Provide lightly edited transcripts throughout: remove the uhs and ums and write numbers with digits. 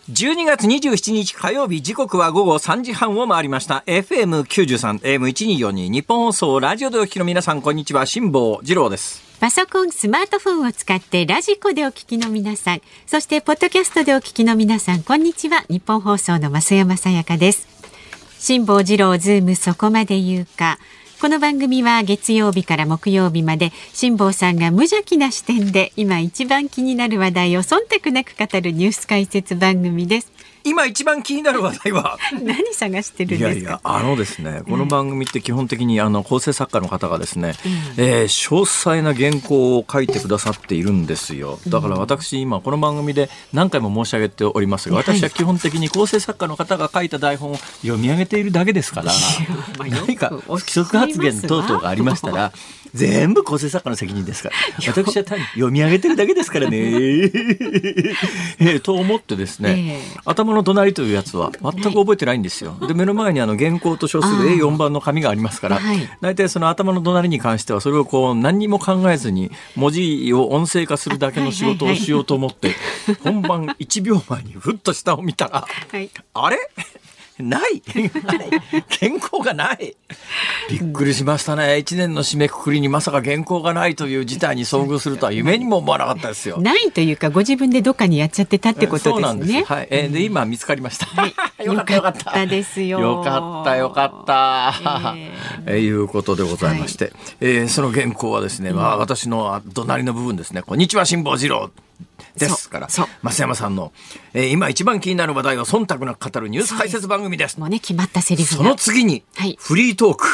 12月27日火曜日、時刻は午後3時半を回りました。 FM93 AM1242 日本放送ラジオでお聞きの皆さん、こんにちは。辛坊治郎です。 パソコン、スマートフォンを使ってラジコでお聞きの皆さん、そしてポッドキャストでお聞きの皆さん、こんにちは。日本放送の増山さやかです。辛坊治郎ズームそこまで言うか。この番組は月曜日から木曜日まで辛坊さんが無邪気な視点で今一番気になる話題を忖度なく語るニュース解説番組です。 今一番気になる話題は何探してるんですか？ ですね、この番組って基本的に構成作家の方がですね、詳細な原稿を書いてくださっているんですよ。だから私今この番組で何回も申し上げておりますが、私は基本的に構成作家の方が書いた台本を読み上げているだけですから、何か不規則発言等々がありましたら全部構成作家の責任ですから、私は単に読み上げてるだけですからねと思ってですね、頭の隣というやつは全く覚えてないんですよ。で、目の前に原稿と称する A4 番の紙がありますから、大体その頭の隣に関してはそれをこう何にも考えずに文字を音声化するだけの仕事をしようと思って本番1秒前にふっと下を見たら、あれない原稿がない。びっくりしましたね。1年の締めくくりにまさか原稿がないという事態に遭遇するとは夢にも思わなかったですよ。 ないというかご自分でどっかにやっちゃってたってことですね。そうなんです。 はい。で今見つかりました。 よかったですよ。 よかった、いうことでございまして、その原稿はですね、私の隣の部分ですね、こんにちは辛坊治郎ですから、増山さんの、今一番気になる話題を忖度なく語るニュース解説番組です。 もうね、決まったセリフが。 その次に、フリートーク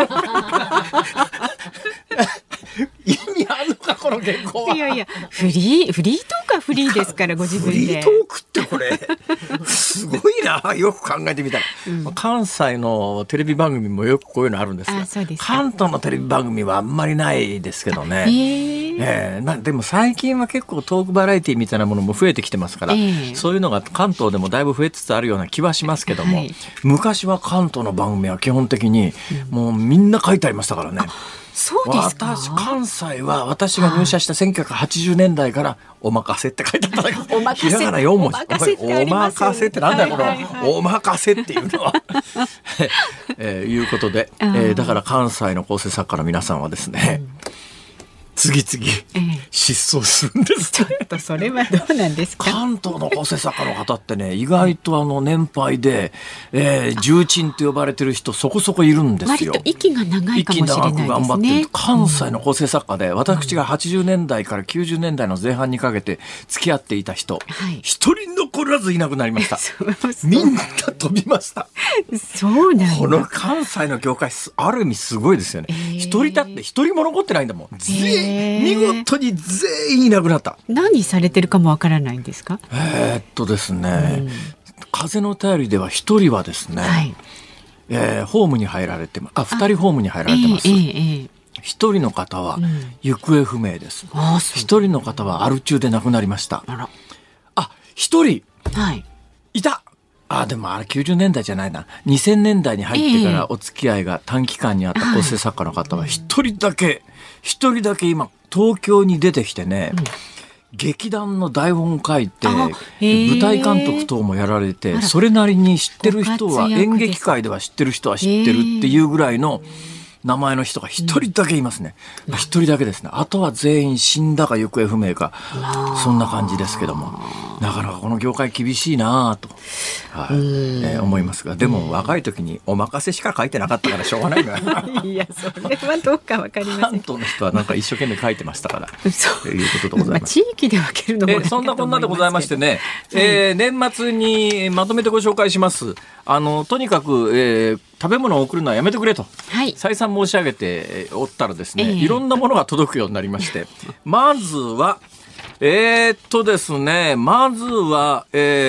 意味あるのかこの原稿は。 いやフリートークはフリーですからご自分で。 フリートークってこれすごいな。よく考えてみたら、関西のテレビ番組もよくこういうのあるんですが、関東のテレビ番組はあんまりないですけどね。でも最近は結構トークバラエティみたいなものも増えてきてますから、そういうのが関東でもだいぶ増えつつあるような気はしますけども、昔は関東の番組は基本的にもうみんな書いてありましたからね。 そうですか。 関西は私が入社した1980年代からおまかせって書いてあっただけ。 おまかせ、 ひらがな4文字。 おまかせってなんだよこのおまかせっていうのはいうことで、だから関西の構成作家の皆さんはですね、次々失踪するんです。 ちょっとそれはどうなんですか？ 関東の構成作家の方ってね、意外と年配で、重鎮と呼ばれてる人そこそこいるんですよ。 割と息が長いかもしれないですね。 息長く頑張ってる関西の構成作家で、私が80年代から90年代の前半にかけて付き合っていた人、一人残らずいなくなりました。みんな飛びました。 そうなんだ。 この関西の業界ある意味すごいですよね。一人だって一人も残ってないんだもん。見事に全員いなくなった。 何されてるかもわからないんですか？ ですね、風の便りでは一人はですね、ホームに入られて2人ホームに入られてます。一人の方は行方不明です。一人の方はアル中で亡くなりました。一人いた。でもあれ90年代じゃないな、2000年代に入ってからお付き合いが短期間にあった構成作家の方は一人だけ今東京に出てきてね、劇団の台本書いて舞台監督等もやられて、それなりに知ってる人は演劇界では知ってる人は知ってるっていうぐらいの名前の人が一人だけいますね。一人だけですね。あとは全員死んだか行方不明か、そんな感じですけども、なかなかこの業界厳しいなと、思いますが、でも若い時にお任せしか書いてなかったからしょうがないな。 いや、それはどうかわかりません。 関東の人はなんか一生懸命書いてましたからということでございます。 地域で分けるのもそんなこんなでございましてね、年末にまとめてご紹介します。とにかく、食べ物を送るのはやめてくれと、再三申し上げておったらですね、いろんなものが届くようになりましてまずはですね、まずは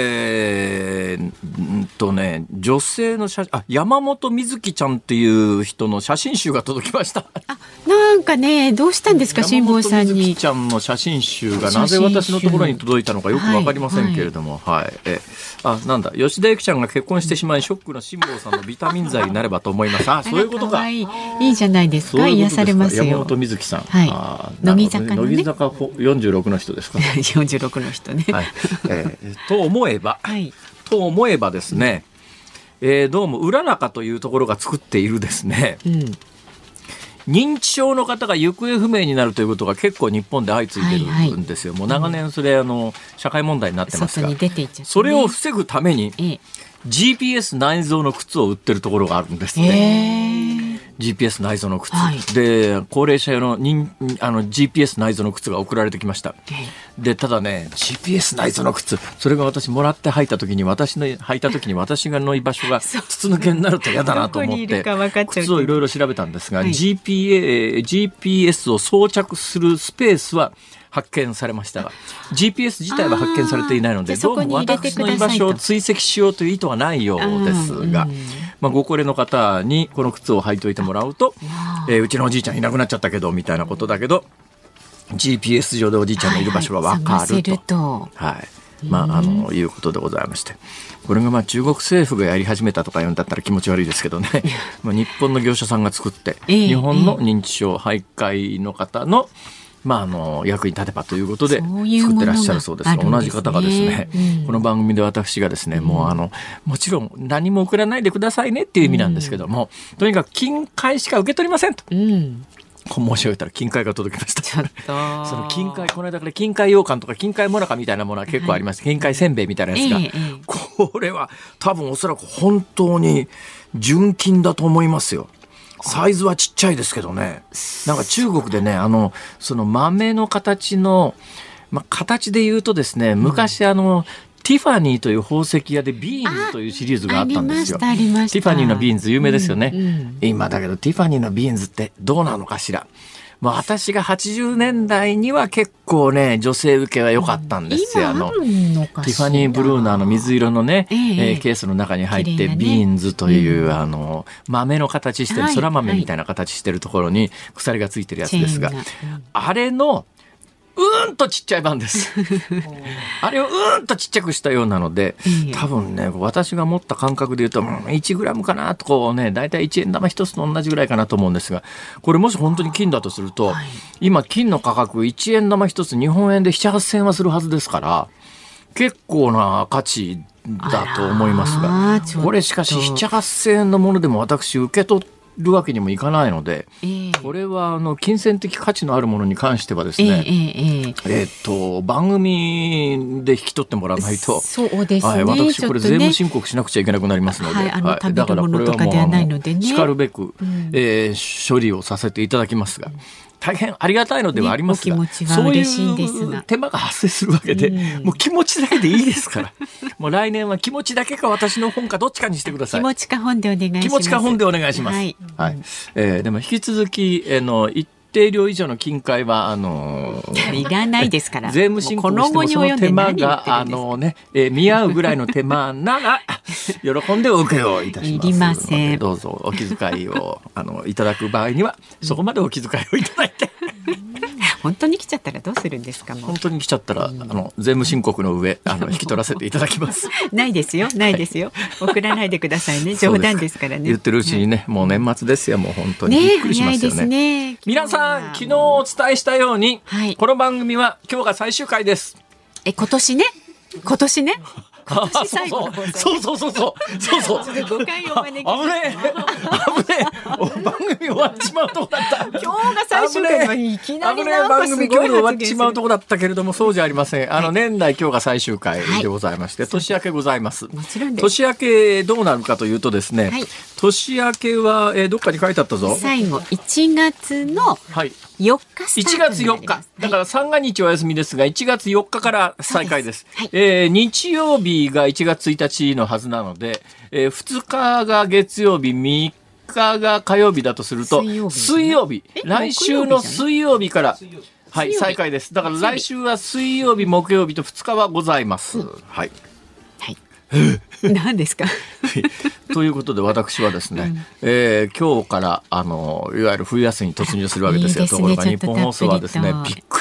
女性の山本美月ちゃんっていう人の写真集が届きました。 なんかね、どうしたんですか、辛坊さんに。 山本美月ちゃんの写真集がなぜ私のところに届いたのかよくわかりませんけれども、なんだ、吉田ゆきちゃんが結婚してしまいショックな辛坊さんのビタミン剤になればと思います。そういうことか。 いいじゃないですか。癒されますよ。 山本美月さん、 乃木坂のね、 乃木坂46の人ですですか。 46の人ね。 はいと思えば、 はい、 ですね、どうもうららかというところが作っているですね、認知症の方が行方不明になるということが結構日本で相次いでるんですよ。もう長年それ社会問題になってますが、 外に出ていっちゃってね、 それを防ぐために、GPS 内蔵の靴を売ってるところがあるんですね。GPS 内蔵の靴、で高齢者用のGPS 内蔵の靴が送られてきました。でただね GPS 内蔵の靴、それが私もらって履いた時に私がの居場所が筒抜けになると嫌だなと思って靴をいろいろ調べたんですが、GPS を装着するスペースは発見されましたが GPS 自体は発見されていないので、どうも私の居場所を追跡しようという意図はないようですが、ご高齢の方にこの靴を履いておいてもらうと、うちのおじいちゃんいなくなっちゃったけどみたいなことだけど GPS 上でおじいちゃんのいる場所が分かると、いうことでございまして、これが中国政府がやり始めたとか言うんだったら気持ち悪いですけどね日本の業者さんが作って、日本の認知症徘徊の方の役に立てばということで作ってらっしゃるそうですが、同じ方がですね、この番組で私がですね、もちろん何も送らないでくださいねっていう意味なんですけども、とにかく金塊しか受け取りませんと、申し上げたら金塊が届きました。その金塊、この間から金塊羊羹とか金塊もなかみたいなものは結構あります。金塊せんべいみたいなやつが、これは多分おそらく本当に純金だと思いますよ。サイズはちっちゃいですけどね、なんか中国でね、その豆の形の、形で言うとですね、昔ティファニーという宝石屋でビーンズというシリーズがあったんですよ。ティファニーのビーンズ有名ですよね、今だけどティファニーのビーンズってどうなのかしら。私が80年代には結構ね女性受けは良かったんですよ。ティファニーブルーの水色のね、ケースの中に入ってビーンズという、豆の形してる、空豆みたいな形してるところに鎖がついてるやつですが、あれのとちっちゃい版ですあれをとちっちゃくしたようなので、多分ね私が持った感覚で言うと、1グラムかなとだいたい1円玉一つと同じぐらいかなと思うんですが、これもし本当に金だとすると、今金の価格1円玉一つ日本円で 7,8 円はするはずですから、結構な価値だと思いますが、これしかし 7,8 円のものでも私受け取るわけにもいかないので、これは金銭的価値のあるものに関してはですね、番組で引き取ってもらわないと、 そうですね、 私これ税務申告しなくちゃいけなくなりますので、だからこれはもうしかるべく、処理をさせていただきますが、大変ありがたいのではありますが、そういう手間が発生するわけで、もう気持ちだけでいいですからもう来年は気持ちだけか私の本かどっちかにしてください。 気持ちか本でお願いします。 気持ちか本でお願いします。でも引き続き一定量以上の金塊はいらないですから税務申告してもその手間が見合うぐらいの手間なら喜んでお受けをいたします。 いりません。 どうぞお気遣いをいただく場合にはそこまでお気遣いをいただいて本当に来ちゃったらどうするんですか。もう本当に来ちゃったら、税務申告の上引き取らせていただきますないですよ送らないでくださいね冗談ですからね。 言ってるうちにね、もう年末ですよ。もう本当にびっくりしますよね。皆さん昨日お伝えしたように、この番組は今日が最終回です。 今年ね今年最後の放送。 そう誤解を招き危ねえ番組終わっちまうとこだった。 今日が最終回のいきなりなんかすごい発言する。 番組今日で終わっちまうとこだったけれども、そうじゃありません。年内今日が最終回でございまして、年明けございます。 もちろんです。 年明けどうなるかというとですね、年明けは、どっかに書いてあったぞ。 最後1月の4日スタートになります。 1月4日だから三が日お休みですが、1月4日から再開です。日曜日が1月1日のはずなので、2日が月曜日、3日が火曜日だとすると水曜日、来週の水曜日から再開です。だから来週は水曜日、木曜日と2日はございます。 何ですかということで私はですね、今日からいわゆる冬休みに突入するわけですよ。ところが日本放送はですね、びっく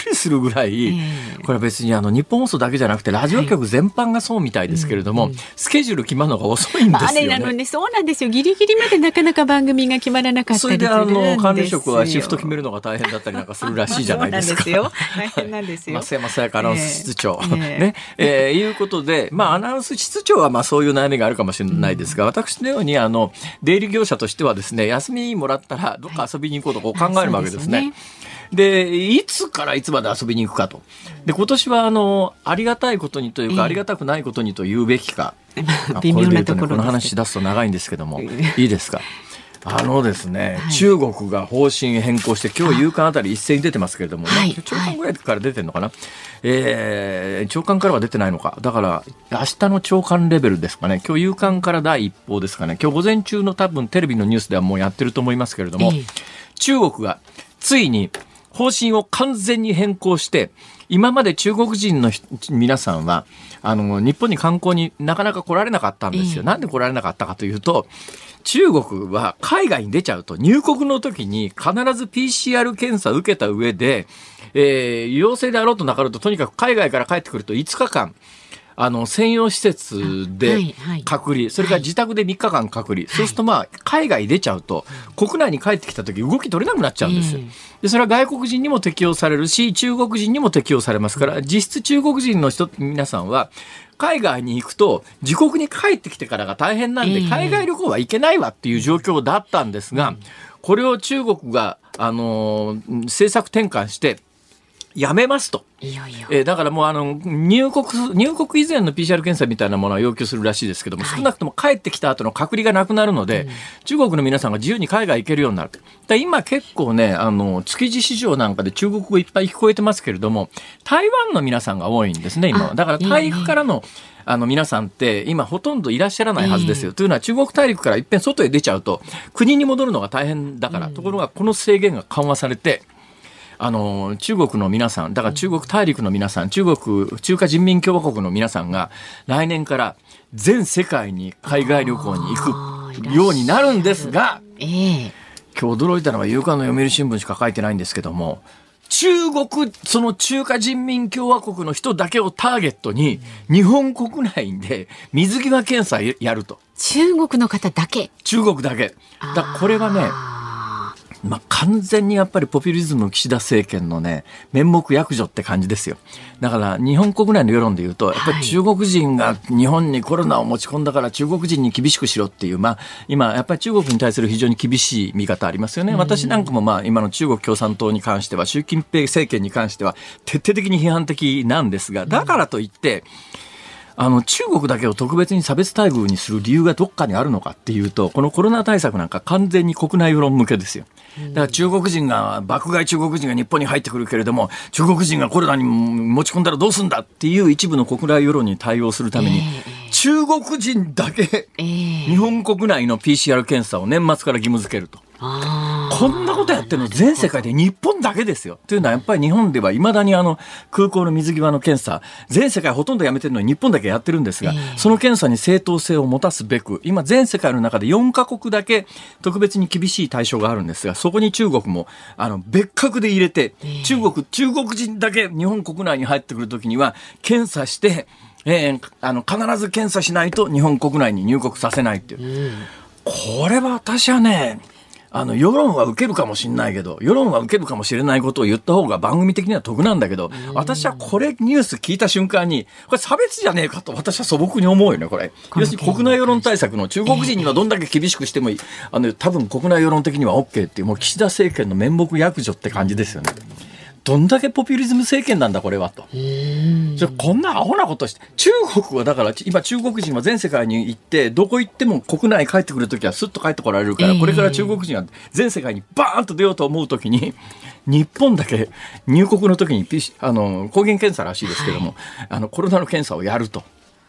りするぐらい、これは別に日本放送だけじゃなくてラジオ局全般がそうみたいですけれども、スケジュール決まるのが遅いんですよね。 そうなんですよ。ギリギリまでなかなか番組が決まらなかったりするんですよ。 それで管理職はシフト決めるのが大変だったりなんかするらしいじゃないですか。 そうなんですよ。大変なんですよ。 増山さやかアナウンス室長、いうことで、アナウンス室長はそういう悩みがあるかもしれないですが、私のように出入り業者としてはですね、休みもらったらどっか遊びに行こうとこう考えるわけですね。で、いつからいつまで遊びに行くかと。で、今年はありがたいことにというか、ありがたくないことにと言うべきか。 微妙なところです。 この話出すと長いんですけども、いいですか。ですね、中国が方針変更して、今日夕刊あたり一斉に出てますけれども、朝刊ぐらいから出てるのかな。朝刊からは出てないのか。だから、明日の朝刊レベルですかね。今日夕刊から第一報ですかね。今日午前中の多分テレビのニュースではもうやってると思いますけれども、中国がついに方針を完全に変更して、今まで中国人の皆さんは、日本に観光になかなか来られなかったんですよ。なんで来られなかったかというと、中国は海外に出ちゃうと入国の時に必ず PCR 検査を受けた上で、陽性であろうとなかろうととにかく海外から帰ってくると5日間、専用施設で隔離、それから自宅で3日間隔離、そうすると海外出ちゃうと国内に帰ってきた時動き取れなくなっちゃうんですよ。でそれは外国人にも適用されるし中国人にも適用されますから、実質中国人の皆さんは海外に行くと自国に帰ってきてからが大変なんで、海外旅行は行けないわっていう状況だったんですが、これを中国が、政策転換してやめますと。だからもう入国以前の PCR 検査みたいなものは要求するらしいですけども、少なくとも帰ってきた後の隔離がなくなるので、中国の皆さんが自由に海外行けるようになる。今結構ね、築地市場なんかで中国語いっぱい聞こえてますけれども、台湾の皆さんが多いんですね、今は。だから大陸からの皆さんって今ほとんどいらっしゃらないはずですよ。というのは中国大陸からいっぺん外へ出ちゃうと国に戻るのが大変だから。ところがこの制限が緩和されて、中国の皆さん、だから中国大陸の皆さん、中華人民共和国の皆さんが来年から全世界に海外旅行に行くようになるんですが、今日驚いたのは夕刊の読売新聞しか書いてないんですけども、その中華人民共和国の人だけをターゲットに日本国内で水際検査やると。 中国の方だけ。 中国だけ。だからこれはね、完全にやっぱりポピュリズム岸田政権のね、面目躍如って感じですよ。だから日本国内の世論で言うと、やっぱり中国人が日本にコロナを持ち込んだから中国人に厳しくしろっていう、今やっぱり中国に対する非常に厳しい見方ありますよね。私なんかも今の中国共産党に関しては、習近平政権に関しては徹底的に批判的なんですが、だからといって、中国だけを特別に差別待遇にする理由がどっかにあるのかっていうと、このコロナ対策なんか完全に国内世論向けですよ。だから爆買い中国人が日本に入ってくるけれども、中国人がコロナに持ち込んだらどうすんだっていう一部の国内世論に対応するために、中国人だけ日本国内の PCR 検査を年末から義務付けると。こんなことやってるの全世界で日本だけですよ。というのはやっぱり日本ではいまだに空港の水際の検査、全世界ほとんどやめてるのに日本だけやってるんですが、その検査に正当性を持たすべく、今全世界の中で4カ国だけ特別に厳しい対象があるんですが、そこに中国も別格で入れて、中国人だけ日本国内に入ってくるときには検査して、必ず検査しないと日本国内に入国させないっていう。これは私はね、世論は受けるかもしれないけど、世論は受けるかもしれないことを言った方が番組的には得なんだけど、私はこれニュース聞いた瞬間に、これ差別じゃねえかと私は素朴に思うよね、これ。要するに国内世論対策の中国人にはどんだけ厳しくしてもいい。多分国内世論的には OK っていう、もう岸田政権の面目躍如って感じですよね。どんだけポピュリズム政権なんだこれはと。こんなアホなことして、中国はだから今中国人は全世界に行ってどこ行っても国内帰ってくるときはスッと帰ってこられるから、これから中国人は全世界にバーンと出ようと思うときに、日本だけ入国のときに抗原検査らしいですけども、コロナの検査をやると。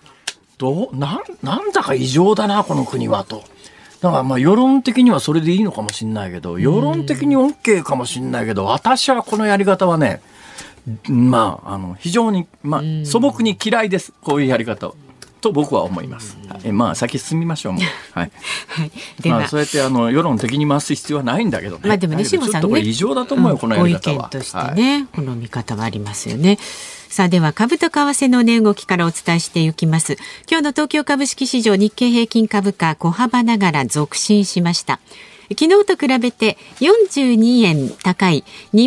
なんだか異常だなこの国はと。だから世論的にはそれでいいのかもしれないけど、世論的に OK かもしれないけど、私はこのやり方はね、非常に、素朴に嫌いです。こういうやり方を。 と僕は思います。先進みましょう。もうはい。 はい、では、 そうやって世論的に回す必要はないんだけどね。 でもね、辛坊さんね、 ちょっとこれ異常だと思うよ、このやり方は。 ご意見としてね、この見方はありますよね。さあ、では株と為替の値動きからお伝えしていきます。今日の東京株式市場、日経平均株価小幅ながら続伸しました。昨日と比べて42円高い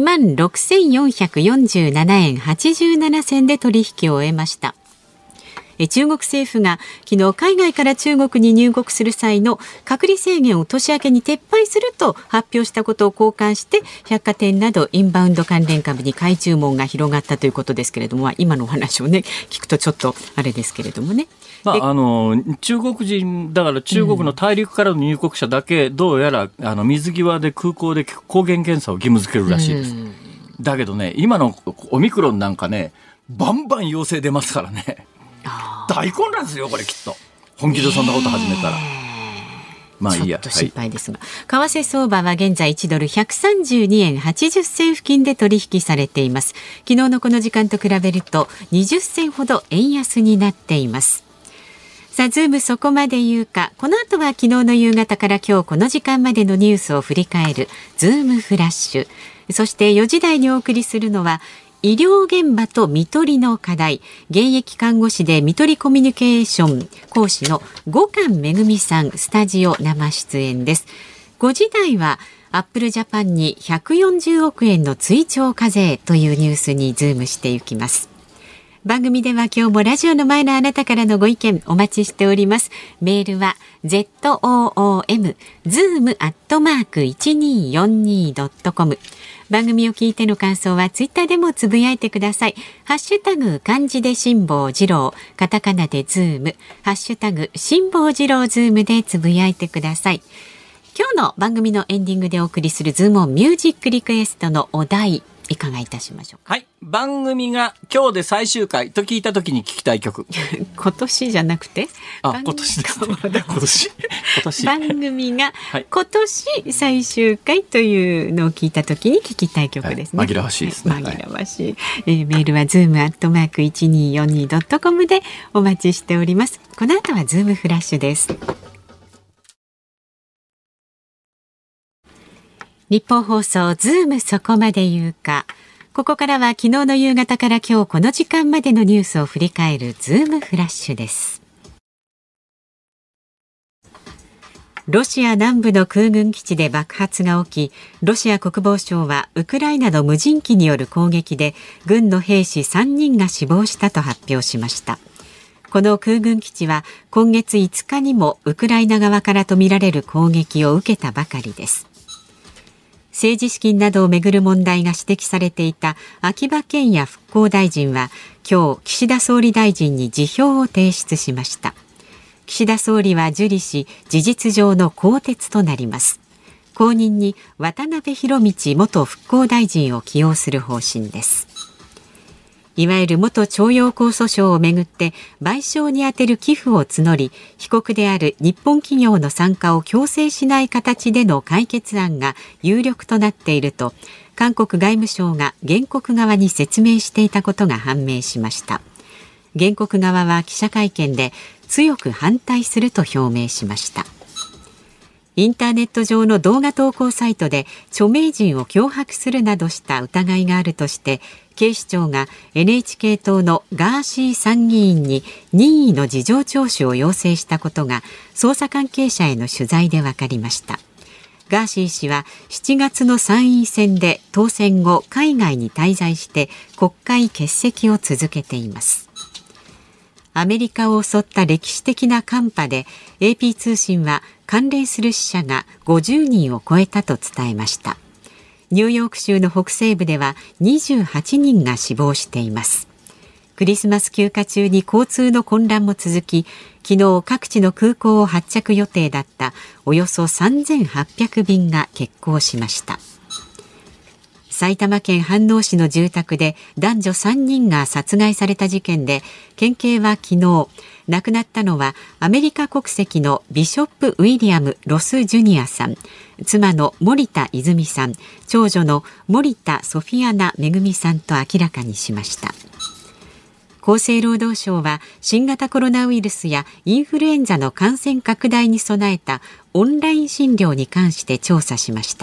26,447 円87銭で取引を終えました。中国政府が昨日海外から中国に入国する際の隔離制限を年明けに撤廃すると発表したことを好感して、百貨店などインバウンド関連株に買い注文が広がったということですけれども、今のお話をね聞くとちょっとあれですけれどもね、 中国人だから中国の大陸からの入国者だけ、どうやら水際で空港で抗原検査を義務付けるらしいです。だけどね、今のオミクロンなんかね、バンバン陽性出ますからね、大混乱ですよこれ、きっと本気でそんなこと始めたら。いいや、 ちょっと心配ですが、為替相場は現在1ドル132円80銭付近で取引されています。昨日のこの時間と比べると20銭ほど円安になっています。さあ、ズームそこまで言うか。この後は昨日の夕方から今日この時間までのニュースを振り返るズームフラッシュ。そして4時台にお送りするのは医療現場と看取りの課題、現役看護師で看取りコミュニケーション講師の五貫めぐみさん、スタジオ生出演です。5時台はアップルジャパンに140億円の追徴課税というニュースにズームしていきます。番組では今日もラジオの前のあなたからのご意見お待ちしております。メールは zoom@1242.com。番組を聞いての感想はツイッターでもつぶやいてください。ハッシュタグ漢字で辛坊治郎、カタカナでズーム、ハッシュタグ辛坊治郎ズームでつぶやいてください。今日の番組のエンディングでお送りするズームオンミュージックリクエストのお題、いかがいたしましょうか。 はい、番組が今日で最終回と聞いたときに聞きたい曲今年じゃなくて、 今年ですね。今年番組が今年最終回というのを聞いたときに聞きたい曲ですね。 紛らわしいですね。 紛らわしい、メールは zoom@1242.com でお待ちしております。この後はズームフラッシュです。日本放送ズームそこまで言うか。ここからは昨日の夕方から今日この時間までのニュースを振り返るズームフラッシュです。ロシア南部の空軍基地で爆発が起き、ロシア国防省はウクライナの無人機による攻撃で軍の兵士3人が死亡したと発表しました。この空軍基地は今月5日にもウクライナ側からとみられる攻撃を受けたばかりです。政治資金などをめぐる問題が指摘されていた秋葉賢也復興大臣は今日岸田総理大臣に辞表を提出しました。岸田総理は受理し、事実上の更迭となります。後任に渡辺博道元復興大臣を起用する方針です。いわゆる元徴用工訴訟をめぐって賠償に充てる寄付を募り、被告である日本企業の参加を強制しない形での解決案が有力となっていると、韓国外務省が原告側に説明していたことが判明しました。原告側は記者会見で強く反対すると表明しました。インターネット上の動画投稿サイトで著名人を脅迫するなどした疑いがあるとして、警視庁が NHK 党のガーシー参議院に任意の事情聴取を要請したことが捜査関係者への取材で分かりました。ガーシー氏は7月の参院選で当選後海外に滞在して国会欠席を続けています。アメリカを襲った歴史的な寒波で AP 通信は関連する死者が50人を超えたと伝えました。ニューヨーク州の北西部では28人が死亡しています。クリスマス休暇中に交通の混乱も続き、昨日各地の空港を発着予定だったおよそ3800便が欠航しました。埼玉県飯能市の住宅で男女3人が殺害された事件で、県警は昨日、亡くなったのはアメリカ国籍のビショップ・ウィリアム・ロス・ジュニアさん、妻の森田泉さん、長女の森田ソフィアナ・めぐみさんと明らかにしました。 厚生労働省は新型コロナウイルスやインフルエンザの感染拡大に備えたオンライン診療に関して調査しました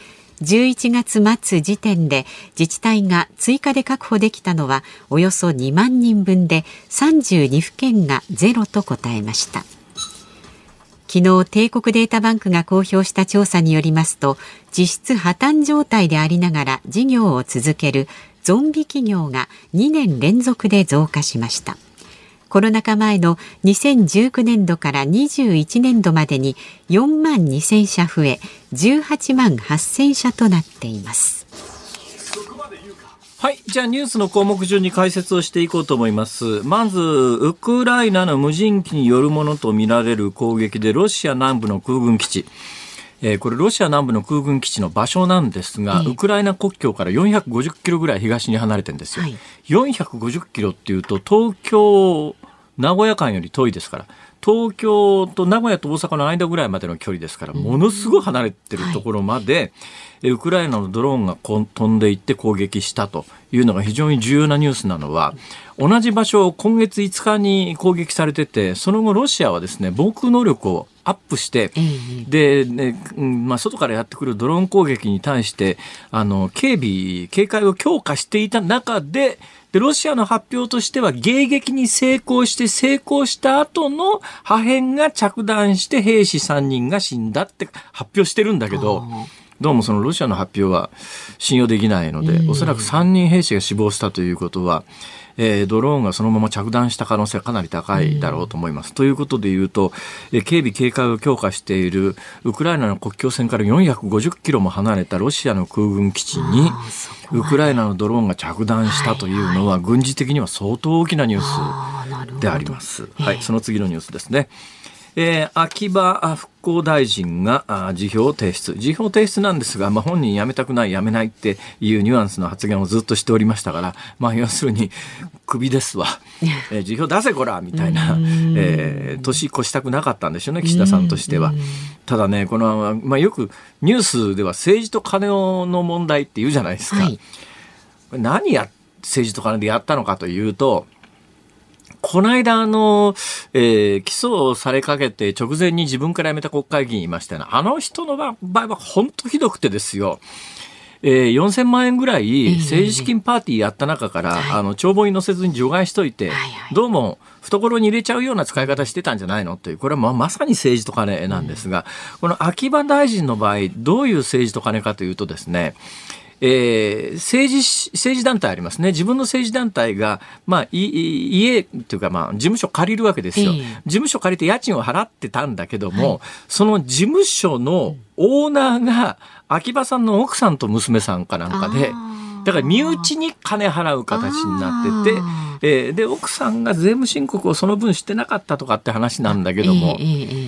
。11月末時点で自治体が追加で確保できたのはおよそ2万人分で、32府県がゼロと答えました。昨日、帝国データバンクが公表した調査によりますと、実質破綻状態でありながら事業を続けるゾンビ企業が2年連続で増加しました。コロナ禍前の2019年度から21年度までに4万2000社増え、18万8000社となっています。 はい。じゃあニュースの項目順に解説をしていこうと思います。まず、ウクライナの無人機によるものとみられる攻撃でロシア南部の空軍基地、これロシア南部の空軍基地の場所なんですが、ウクライナ国境から450キロぐらい東に離れてるんですよ。450キロっていうと東京名古屋間より遠いですから、東京と名古屋と大阪の間ぐらいまでの距離ですから、ものすごい離れてるところまで、ウクライナのドローンが飛んでいって攻撃したというのが非常に重要なニュースなのは、同じ場所を今月5日に攻撃されてて、その後ロシアはですね、防空能力をアップして、で、外からやってくるドローン攻撃に対して警戒を強化していた中で、ロシアの発表としては迎撃に成功した後の破片が着弾して兵士3人が死んだって発表してるんだけど、どうもそのロシアの発表は信用できないので、おそらく3人兵士が死亡したということは、ドローンがそのまま着弾した可能性はかなり高いだろうと思います。ということでいうと、警備警戒を強化しているウクライナの国境線から450キロも離れたロシアの空軍基地にウクライナのドローンが着弾したというのは、軍事的には相当大きなニュースであります。はい、その次のニュースですね。秋葉復興大臣が辞表を提出なんですが、本人辞めたくない辞めないっていうニュアンスの発言をずっとしておりましたから、要するにクビですわ、辞表出せこらみたいな、年越したくなかったんでしょうね、岸田さんとしては。ただね、この、よくニュースでは政治と金の問題って言うじゃないですか、政治と金でやったのかというと、この間起訴されかけて直前に自分から辞めた国会議員いましたよね。あの人の場合は本当ひどくてですよ。4000万円ぐらい政治資金パーティーやった中から、帳簿に載せずに除外しといて、どうも懐に入れちゃうような使い方してたんじゃないのという、これはまさに政治と金なんですが、この秋葉大臣の場合どういう政治と金かというとですね、政治団体ありますね。自分の政治団体が、家というか、事務所借りるわけですよ。事務所借りて家賃を払ってたんだけども、その事務所のオーナーが秋葉さんの奥さんと娘さんかなんかで、だから身内に金払う形になってて、で奥さんが税務申告をその分してなかったとかって話なんだけども、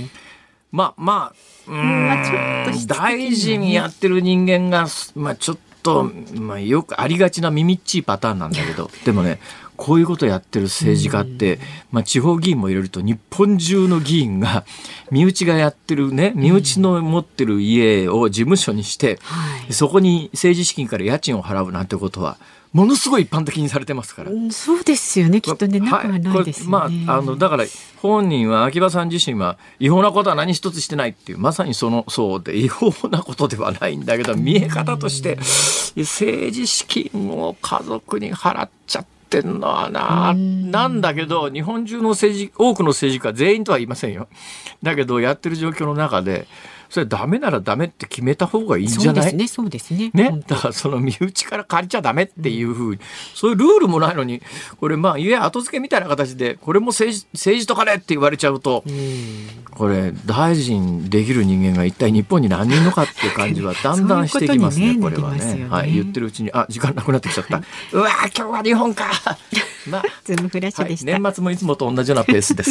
大臣やってる人間がちょっとよくありがちな耳っちいパターンなんだけど、でもね、こういうことをやってる政治家って、地方議員も入れると日本中の議員が身内がやってるね、身内の持ってる家を事務所にして、そこに政治資金から家賃を払うなんてことはものすごい一般的にされてますから。 そうですよね、きっとね、なくはないですよね。 だから本人は、秋葉さん自身は違法なことは何一つしてないっていう、まさにそうで違法なことではないんだけど、見え方として政治資金を家族に払っちゃってんのはなんだけど、日本中の多くの政治家全員とは言いませんよ。だけどやってる状況の中で、それダメならダメって決めた方がいいんじゃない？ そうですね。 だからその身内から借りちゃダメっていうふうに、そういうルールもないのに、これ家後付けみたいな形でこれも政治とかねって言われちゃうと、これ大臣できる人間が一体日本に何人いるのかっていう感じはだんだんしてきますね。これはね、言ってるうちに時間なくなってきちゃった。うわー、今日は日本か。 ズームフラッシュでした。 年末もいつもと同じようなペースです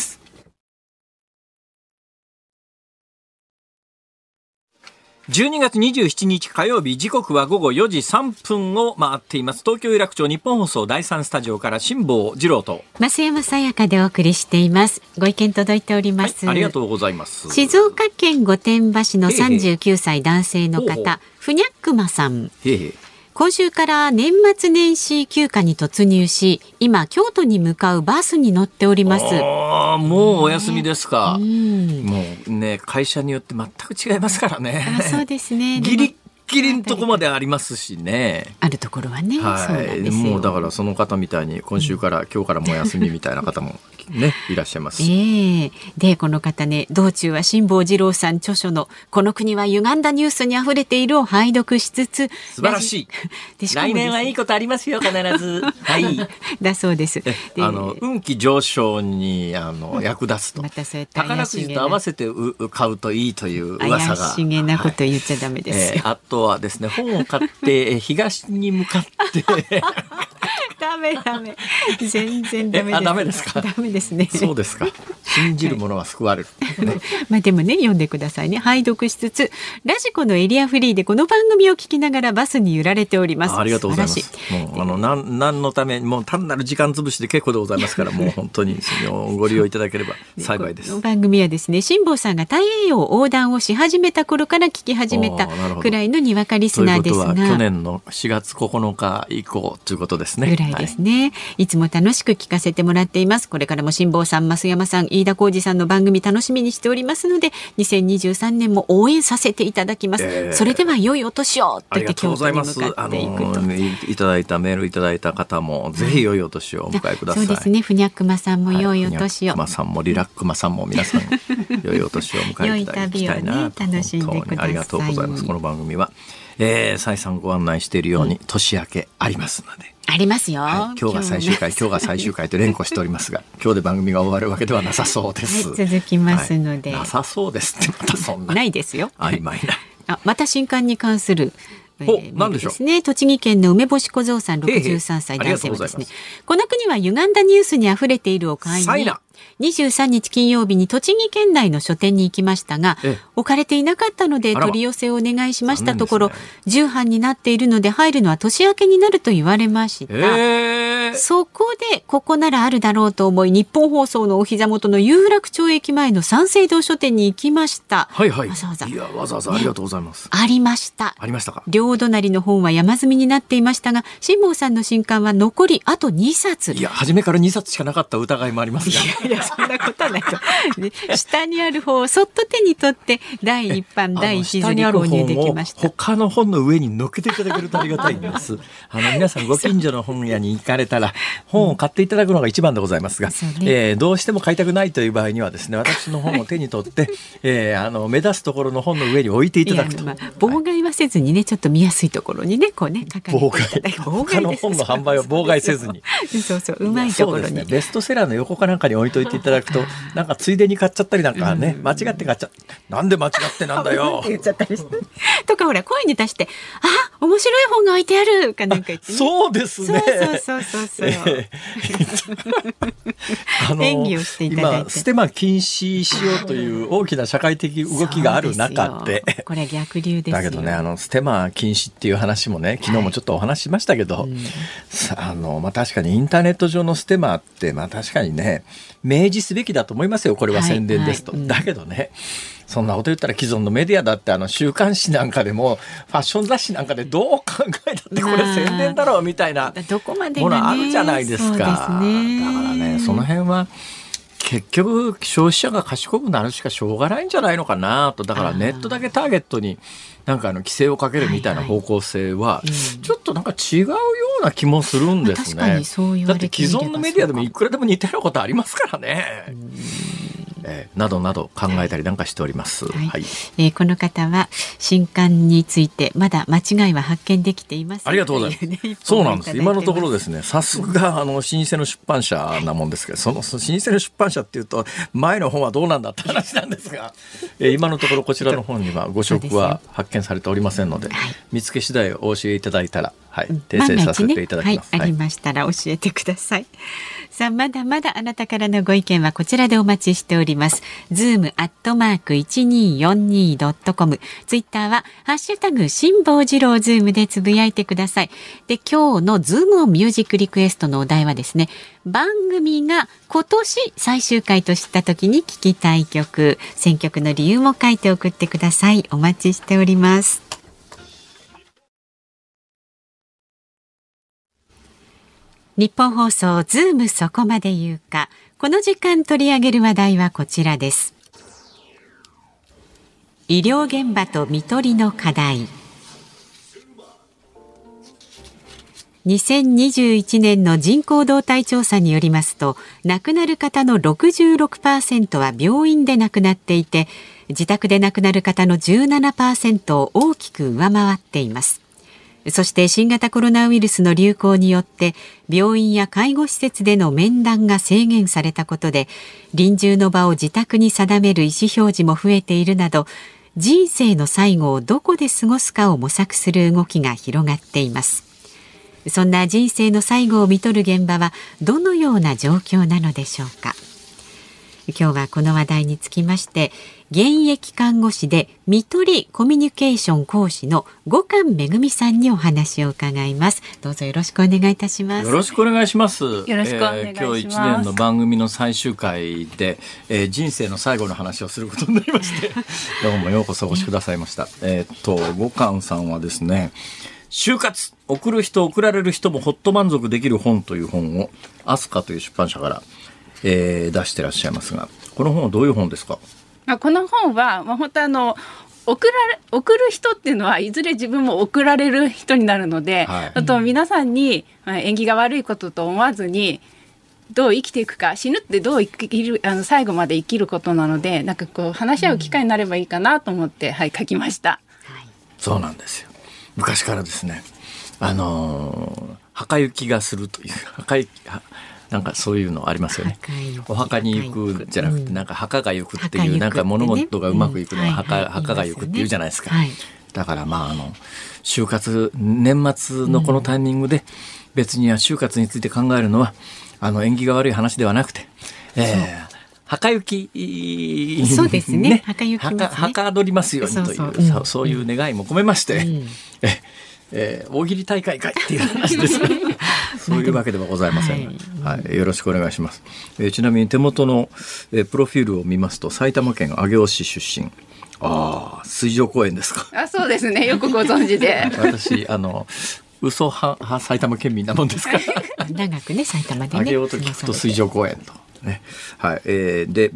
。12月27日火曜日、時刻は午後4時3分を回っています。東京有楽町日本放送第3スタジオから辛坊治郎と増山さやかでお送りしています。ご意見届いております。 ありがとうございます。 静岡県御殿場市の39歳男性の方、ふにゃっくまさん。 今週から年末年始休暇に突入し、今京都に向かうバスに乗っております。 もうお休みですか。もうね、会社によって全く違いますからね。 そうですね。 ギリギリのとこまでありますしね。 あるところはね。 はい、 そうなんですよ。 もうだからその方みたいに今週から、今日からもお休みみたいな方もねいらっしゃいます。 でこの方ね、道中は辛坊治郎さん著書のこの国は歪んだニュースにあふれているを拝読しつつ、 素晴らしい。来年はいいことありますよ必ず。はい。 だそうです。 運気上昇に役立つと。 またそうやって宝くじと合わせて買うといいという噂が。 怪しげなこと言っちゃダメですよ。 あとはですね、本を買って東に向かってダメ全然ダメです。 ダメですか。 ダメですね。 そうですか。信じる者は救われる、ね。 まあでもね、読んでくださいね。拝読しつつラジコのエリアフリーでこの番組を聞きながらバスに揺られております。 ありがとうございます。もう何のためもう単なる時間潰しで結構でございますから、もう本当にご利用いただければ幸いです。 この番組はですね、辛坊さんが太平洋横断をし始めた頃から聞き始めたくらいのにわかリスナーですが、 ということは去年の4月9日以降ということですね。 ぐらいですね、いつも楽しく聞かせてもらっています。これからも辛坊さん、増山さん、飯田浩司さんの番組楽しみにしておりますので、2023年も応援させていただきます。それでは良いお年をと言って京都に向かっていくと。 いただいたメールいただいた方もぜひ良いお年をお迎えください。 そうですね。ふにゃくまさんも良いお年を、 ふにゃくまさんもリラックマさんも皆さん良いお年をお迎えいただきたいなと。 楽しんでください。 ありがとうございます。この番組は、再三ご案内しているように、年明けありますので。 ありますよ、 今日が最終回、今日が最終回と連呼しておりますが、今日で番組が終わるわけではなさそうです。 続きますので、 なさそうですってまたそんなないですよ。 曖昧なまた新刊に関する何でしょうですね。栃木県の梅干し小僧さん63歳男性はですね、この国は歪んだニュースにあふれているを買いに23日金曜日に栃木県内の書店に行きましたが、置かれていなかったので取り寄せをお願いしましたところ、重版になっているので入るのは年明けになると言われました。そこでここならあるだろうと思い、日本放送のお膝元の有楽町駅前の三省堂書店に行きました。 はいはい。 わざわざ、 いや、わざわざありがとうございます。 ありました。 ありましたか。 両隣の本は山積みになっていましたが、辛坊さんの新刊は残りあと2冊。 いや、初めから2冊しかなかった疑いもありますが。 いやそんなことはないと。下にある方をそっと手に取って第1版第1図に購入できました。 他の本の上に乗っけていただけるとありがたいんです。皆さんご近所の本屋に行かれたら本を買っていただくのが一番でございますが、どうしても買いたくないという場合にはですね、私の本を手に取って、目立つところの本の上に置いていただくと。 妨害はせずにね、ちょっと見やすいところにね、こうね、書かれていただいて、 他の本の販売を妨害せずにそううまいところに、 そうですね、ベストセラーの横かなんかに置いといていただくとなんかついでに買っちゃったりなんかね、間違って買っちゃなんで間違ってなんだよ言っちゃったりしてとか、ほら声に出して面白い本が置いてあるかなんか言って、ね、 そうですね。 そう演技をしていただいて、 今ステマ禁止しようという大きな社会的動きがある中で、 これ逆流ですよ。 だけどね、ステマ禁止っていう話もね、昨日もちょっとお話しましたけど、確かにインターネット上のステマって確かにね、明示すべきだと思いますよ。これは宣伝ですと、だけどね、そんなこと言ったら既存のメディアだって週刊誌なんかでもファッション雑誌なんかでどう考えたってこれ宣伝だろうみたいなものあるじゃないですか。だからね、その辺は結局消費者が賢くなるしかしょうがないんじゃないのかなと。だからネットだけターゲットになんか規制をかけるみたいな方向性はちょっとなんか違うような気もするんですね。だって既存のメディアでもいくらでも似たようなことありますからね。などなど考えたりなんかしております。この方は新刊についてまだ間違いは発見できていません。 ありがとうございます。そうなんです。今のところですね、さすが老舗の出版社なもんですけど、その老舗の出版社っていうと前の本はどうなんだって話なんですが、今のところこちらの本には誤植は発見されておりませんので、見つけ次第お教えいただいたら訂正させていただきます。 ありましたら教えてください。さあ、まだまだあなたからのご意見はこちらでお待ちしております。zoom@1242.com、ツイッターはハッシュタグ辛坊治郎ズームでつぶやいてください。で、今日のズームオンミュージックリクエストのお題はですね、番組が今年最終回と知った時に聴きたい曲、選曲の理由も書いて送ってください。お待ちしております。 日本放送ズームそこまで言うか。この時間取り上げる話題はこちらです。医療現場と看取りの課題。2021年の人口動態調査によりますと、亡くなる方の 66% は病院で亡くなっていて、自宅で亡くなる方の 17% を大きく上回っています。そして新型コロナウイルスの流行によって病院や介護施設での面談が制限されたことで、臨終の場を自宅に定める意思表示も増えているなど、人生の最後をどこで過ごすかを模索する動きが広がっています。そんな人生の最後を看取る現場はどのような状況なのでしょうか。今日はこの話題につきまして、現役看護師で看取りコミュニケーション講師の五感めぐみさんにお話を伺います。どうぞよろしくお願いいたします。 よろしくお願いします。 よろしくお願いします。 今日1年の番組の最終回で、人生の最後の話をすることになりましてどうもようこそお越しくださいました。五感さんはですね、就活、送る人送られる人もほっと満足できる本という本をアスカという出版社から、出してらっしゃいますが、この本はどういう本ですか？ この本は、本当送る人っていうのはいずれ自分も送られる人になるので、あと皆さんに縁起が悪いことと思わずにどう生きていくか、死ぬってどう生きる最後まで生きることなので、なんかこう話し合う機会になればいいかなと思って、書きました。 そうなんですよ。昔からですね、墓行きがするというなんかそういうのありますよね。お墓に行くじゃなくて、なんか墓が行くっていう、なんか物事がうまくいくのは墓が行くっていうじゃないですか。だから就活、年末のこのタイミングで別には就活について考えるのは縁起が悪い話ではなくて、墓行き、 そうですね。墓行きますね。 墓取りますようにという、そういう願いも込めまして、大喜利大会会っていう話ですね。そういうわけではございません。よろしくお願いします。ちなみに手元の、プロフィールを見ますと、埼玉県上尾市出身。水上公園ですか？ そうですね。よくご存知で。 私嘘派埼玉県民なもんですから。 長くね、埼玉でね。 上尾と聞くと水上公園と。ね、で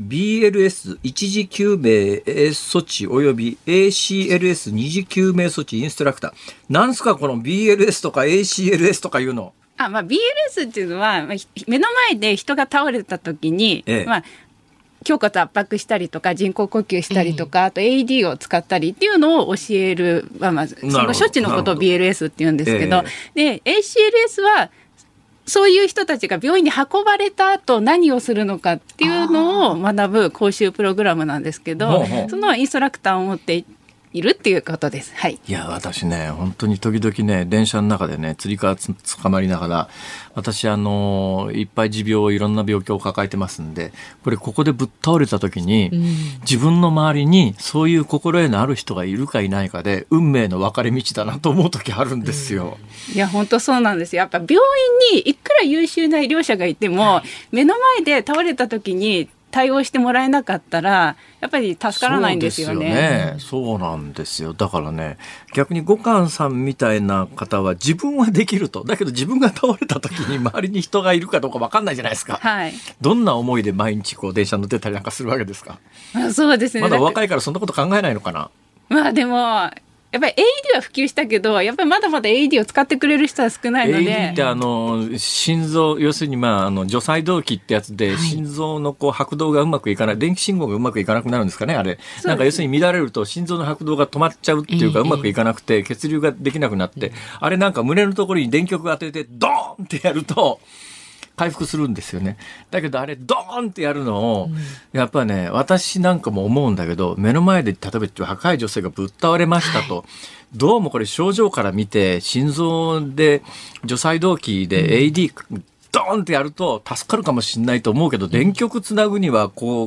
BLS 一時救命措置および ACLS 二次救命措置インストラクター、なんすかこの BLS とか ACLS とかいうの。 BLS っていうのは目の前で人が倒れた時に、胸骨圧迫したりとか人工呼吸したりとか、あと AED を使ったりっていうのを教える、その処置のことを BLS って言うんですけど、で ACLS はそういう人たちが病院に運ばれた後何をするのかっていうのを学ぶ講習プログラムなんですけど、そのインストラクターを持っているっていうことです。 いや私ね、本当に時々ね、電車の中でね、つり革捕まりながら、私いっぱい持病、いろんな病気を抱えてますんで、ここでぶっ倒れた時に、自分の周りにそういう心得のある人がいるかいないかで運命の分かれ道だなと思う時あるんですよ。 いや本当そうなんですよ。やっぱ病院にいくら優秀な医療者がいても、目の前で倒れた時に対応してもらえなかったらやっぱり助からないんですよね。 そうなんですよ。だからね、逆に五感さんみたいな方は自分はできると、だけど自分が倒れた時に周りに人がいるかどうか分かんないじゃないですか。どんな思いで毎日電車乗ってたりなんかするわけですか？ そうですね。 まだ若いからそんなこと考えないのかな。 でもやっぱり AED は普及したけど、やっぱりまだまだ AED を使ってくれる人は少ないので。 AED って心臓、要するに除細動器ってやつで、心臓の拍動がうまくいかない、電気信号がうまくいかなくなるんですかね、あれ。なんか要するに乱れると心臓の拍動が止まっちゃうっていうか、うまくいかなくて血流ができなくなって、あれなんか胸のところに電極当ててドーンってやると回復するんですよね。だけどあれドーンってやるのを、やっぱね、私なんかも思うんだけど、目の前で例えば若い女性がぶっ倒れましたと、どうもこれ症状から見て心臓で除細動器で AED ドーンってやると助かるかもしれないと思うけど、電極つなぐには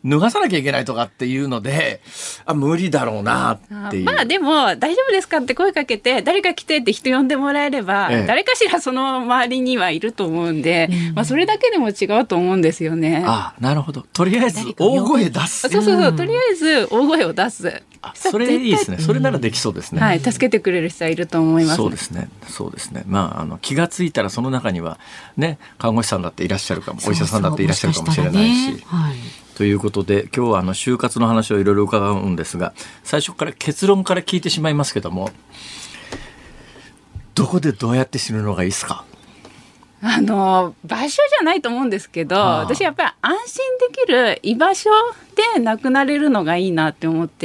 脱がさなきゃいけないとかっていうので無理だろうなっていう。 まあでも大丈夫ですかって声かけて誰か来てって人呼んでもらえれば、誰かしらその周りにはいると思うんで、まあそれだけでも違うと思うんですよね。 なるほど。とりあえず大声出す。 そうとりあえず大声を出す。 それいいですね。それならできそうですね。 はい、助けてくれる人はいると思います。 そうですね。まあ気がついたらその中にはね、看護師さんだっていらっしゃるかも、お医者さんだっていらっしゃるかもしれないし。ということで今日は就活の話をいろいろ伺うんですが、最初から結論から聞いてしまいますけども、どこでどうやって死ぬのがいいですか？ 場所じゃないと思うんですけど、私やっぱり安心できる居場所で亡くなれるのがいいなって思って、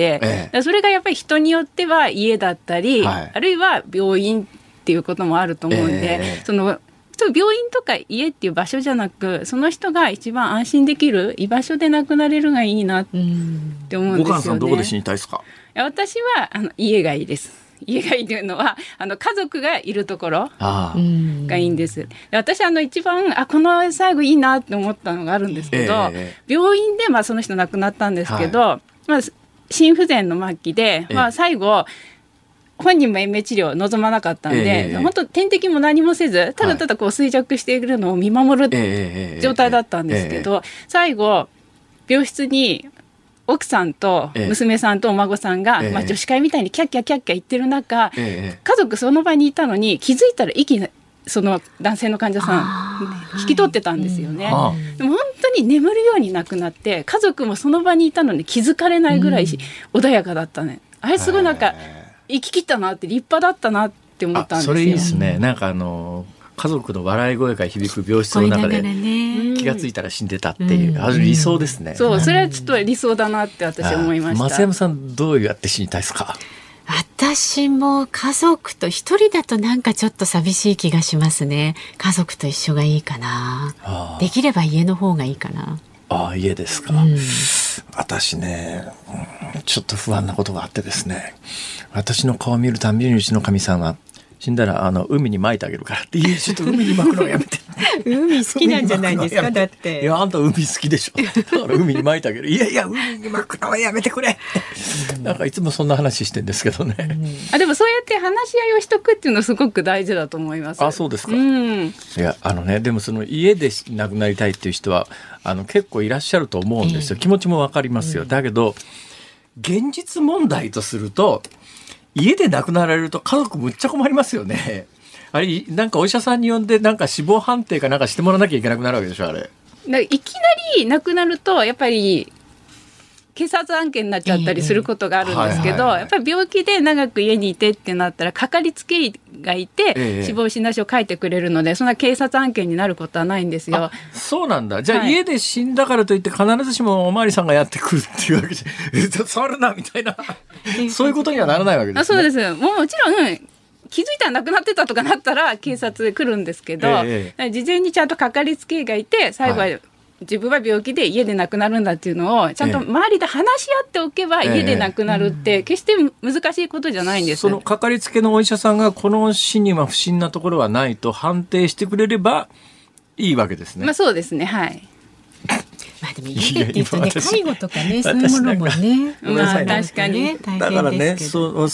それがやっぱり人によっては家だったり、あるいは病院っていうこともあると思うんで、その病院とか家っていう場所じゃなく、その人が一番安心できる居場所で亡くなれるがいいなって思うんですよね。 五感さんどこで死にたいですか？ 私は家がいいです。家がいいというのは家族がいるところがいいんです。私一番この最後いいなって思ったのがあるんですけど、病院でその人亡くなったんですけど、心不全の末期で、最後本人も延命治療を望まなかったんで、本当点滴も何もせずただただ衰弱しているのを見守る状態だったんですけど、最後病室に奥さんと娘さんとお孫さんが、女子会みたいにキャッキャ言ってる中、家族その場にいたのに気づいたらその男性の患者さん引き取ってたんですよね。でも本当に眠るように亡くなって、家族もその場にいたのに気づかれないぐらい穏やかだったね。あれすごい生き切ったなって、立派だったなって思ったんですよ。 それいいですね。家族の笑い声が響く病室の中で気がついたら死んでたっていう、理想ですね。 それはちょっと理想だなって私思いました。 増山さんどうやって死にたいですか？ 私も家族と一人だとちょっと寂しい気がしますね。家族と一緒がいいかな。できれば家の方がいいかな。 家ですか。私ね、ちょっと不安なことがあってですね、私の顔を見るたびにうちのかみさんは死んだら海に撒いてあげるからっていう、ちょっと海に撒くのやめて海好きなんじゃないですか？だってあんた海好きでしょ、だから海に撒いてあげる。いや海に撒くのはやめてくれいつもそんな話してんですけどね。 でもそうやって話し合いをしとくっていうのすごく大事だと思います。 そうですか。いやでもその家で亡くなりたいっていう人は結構いらっしゃると思うんですよ。気持ちもわかりますよ。だけど現実問題とすると、家で亡くなられると家族むっちゃ困りますよね。あれお医者さんに呼んで死亡判定かしてもらわなきゃいけなくなるわけでしょ。あれいきなり亡くなるとやっぱり警察案件になっちゃったりすることがあるんですけど、やっぱり病気で長く家にいてってなったらかかりつけ医がいて、死亡診断書を書いてくれるので、そんな警察案件になることはないんですよ。 そうなんだ。じゃあ、家で死んだからといって必ずしもおまわりさんがやってくるっていうわけじゃ触るなみたいなそういうことにはならないわけですね。 そうです。もちろん気づいたら亡くなってたとかなったら警察で来るんですけど、事前にちゃんとかかりつけ医がいて、最後は自分は病気で家で亡くなるんだっていうのをちゃんと周りで話し合っておけば、家で亡くなるって決して難しいことじゃないんです。 そのかかりつけのお医者さんがこの死には不審なところはないと判定してくれればいいわけですね。 そうですね。 でも家でって言うとね、介護とかね、そういうものもね、 確かにだからね、全く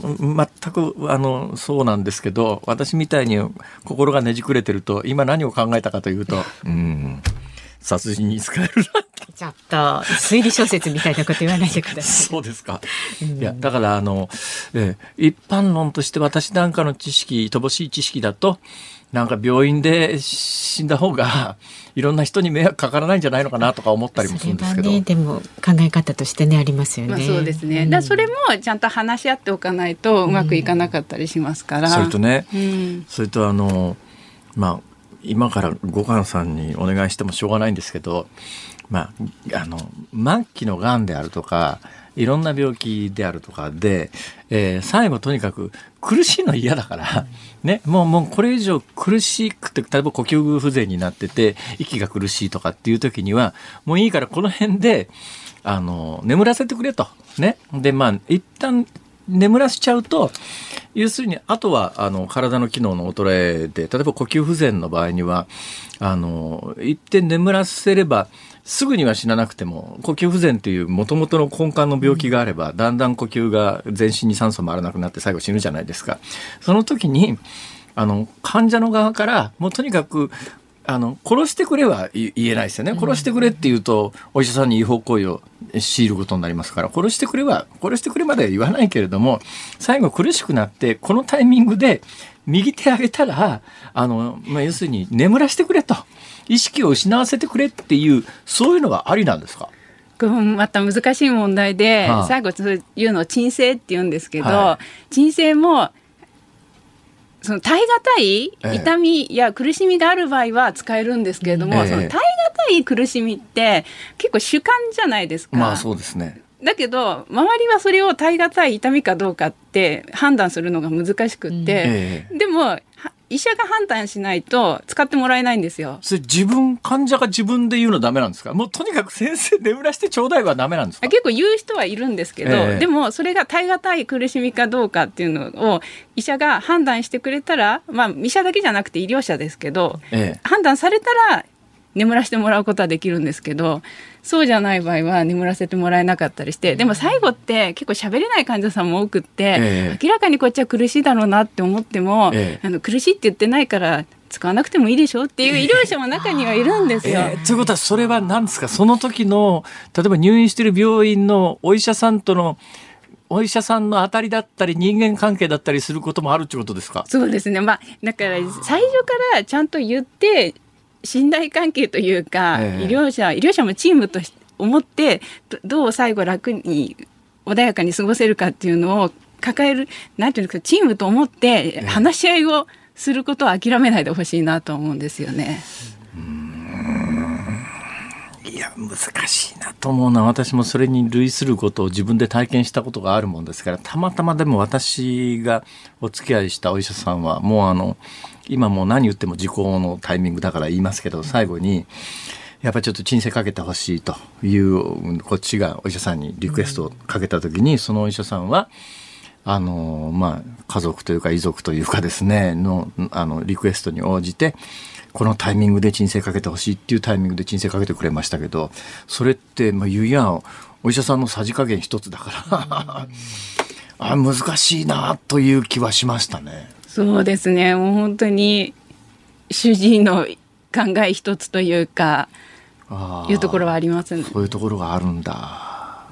そうなんですけど、私みたいに心がねじくれてると今何を考えたかというと、殺人に使えるなちょっと推理小説みたいなこと言わないでください。 そうですか。いやだから一般論として私なんかの知識、乏しい知識だと病院で死んだ方がいろんな人に迷惑かからないんじゃないのかなとか思ったりもするんですけど、 でも考え方としてねありますよね。 そうですね。それもちゃんと話し合っておかないとうまくいかなかったりしますから。 それとね、それと今から五感さんにお願いしてもしょうがないんですけど、末期のがんであるとかいろんな病気であるとかで、最後とにかく苦しいの嫌だからね、もうこれ以上苦しくて、例えば呼吸不全になってて息が苦しいとかっていう時にはもういいからこの辺で眠らせてくれとね。で一旦眠らせちゃうと、要するにあとは体の機能の衰えで、例えば呼吸不全の場合には一点眠らせればすぐには死ななくても呼吸不全という元々の根幹の病気があれば、だんだん呼吸が全身に酸素回らなくなって最後死ぬじゃないですか。その時に患者の側からもうとにかく殺してくれは言えないですよね。殺してくれって言うとお医者さんに違法行為を強いることになりますから、殺してくれまでは言わないけれども、最後苦しくなってこのタイミングで右手上げたら要するに眠らせてくれと、意識を失わせてくれっていう、そういうのはありなんですか？ また難しい問題で、最後そういうのを鎮静って言うんですけど、鎮静もその耐え難い痛みや苦しみがある場合は使えるんですけれども、その耐え難い苦しみって結構主観じゃないですか。 まあそうですね。 だけど周りはそれを耐え難い痛みかどうかって判断するのが難しくって、でも医者が判断しないと使ってもらえないんですよ。 それ患者が自分で言うのダメなんですか？もうとにかく先生眠らしてちょうだいはダメなんですか？ 結構言う人はいるんですけど、でもそれが耐え難い苦しみかどうかっていうのを医者が判断してくれたら、医者だけじゃなくて医療者ですけど、判断されたら眠らせてもらうことはできるんですけど、そうじゃない場合は眠らせてもらえなかったりして、でも最後って結構喋れない患者さんも多くって、明らかにこっちは苦しいだろうなって思っても、苦しいって言ってないから使わなくてもいいでしょっていう医療者も中にはいるんですよ。 ということはそれは何ですか？その時の例えば入院している病院のお医者さんの当たりだったり人間関係だったりすることもあるってことですか？ そうですね。だから最初からちゃんと言って信頼関係というか、医療者もチームとして思ってどう最後楽に穏やかに過ごせるかっていうのを抱える、なんていうんですか、チームと思って話し合いをすることを諦めないでほしいなと思うんですよね。 いや難しいなと思うのは、私もそれに類することを自分で体験したことがあるもんですから、たまたまでも私がお付き合いしたお医者さんはもう今もう何言っても時効のタイミングだから言いますけど、最後にやっぱりちょっと鎮静かけてほしいというこっちがお医者さんにリクエストをかけた時に、そのお医者さんは家族というか遺族というかですねのリクエストに応じてこのタイミングで鎮静かけてほしいっていうタイミングで鎮静かけてくれましたけど、それって言うやんお医者さんのさじ加減一つだから難しいなという気はしましたね。 そうですね。もう本当に主治医の考え一つというかいうところはありますね。 そういうところがあるんだ。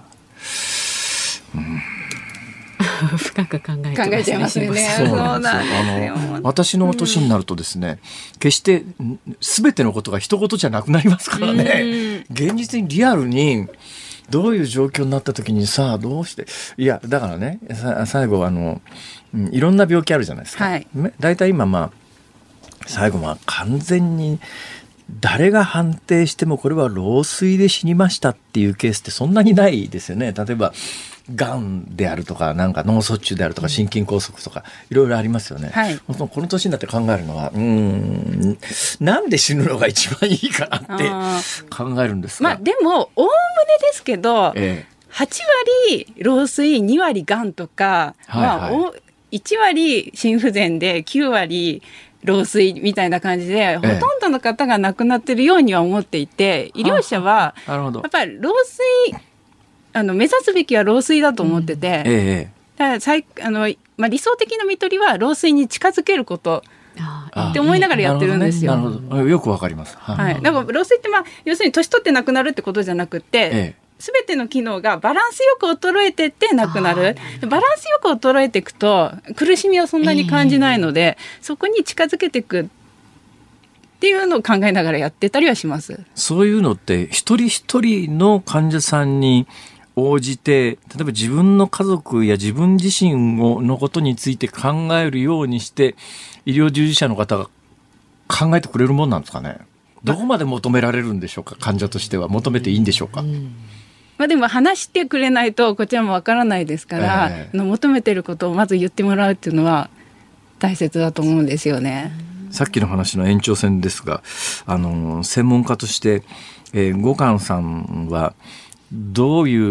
深く考えちゃいますね。そうなんですよ。 私の年になるとですね、決して全てのことが一言じゃなくなりますからね。現実にリアルにどういう状況になった時にさあどうして、いやだからね、最後いろんな病気あるじゃないですか。だいたい今最後完全に誰が判定してもこれは老衰で死にましたっていうケースってそんなにないですよね。例えばがんであるとかなんか脳卒中であるとか心筋梗塞とかいろいろありますよね。この年になって考えるのはなんで死ぬのが一番いいかなって考えるんですが、 でもおおむねですけど、8割老衰2割がんとか、1割心不全で9割老衰みたいな感じで、ほとんどの方が亡くなってるようには思っていて、医療者はやっぱり老衰目指すべきは老衰だと思ってて、だから理想的な看取りは老衰に近づけることって思いながらやってるんですよ。 なるほど、よくわかります。 だから老衰って要するに年取って亡くなるってことじゃなくて、全ての機能がバランスよく衰えてってなくなる。バランスよく衰えていくと苦しみはそんなに感じないので、そこに近づけていくっていうのを考えながらやってたりはします。 そういうのって一人一人の患者さんに応じて、例えば自分の家族や自分自身のことについて考えるようにして医療従事者の方が考えてくれるもんなんですかね。どこまで求められるんでしょうか。患者としては求めていいんでしょうか。 でも話してくれないとこちらもわからないですから、求めてることをまず言ってもらうっていうのは大切だと思うんですよね。 さっきの話の延長線ですが、専門家として、五感さんはどういう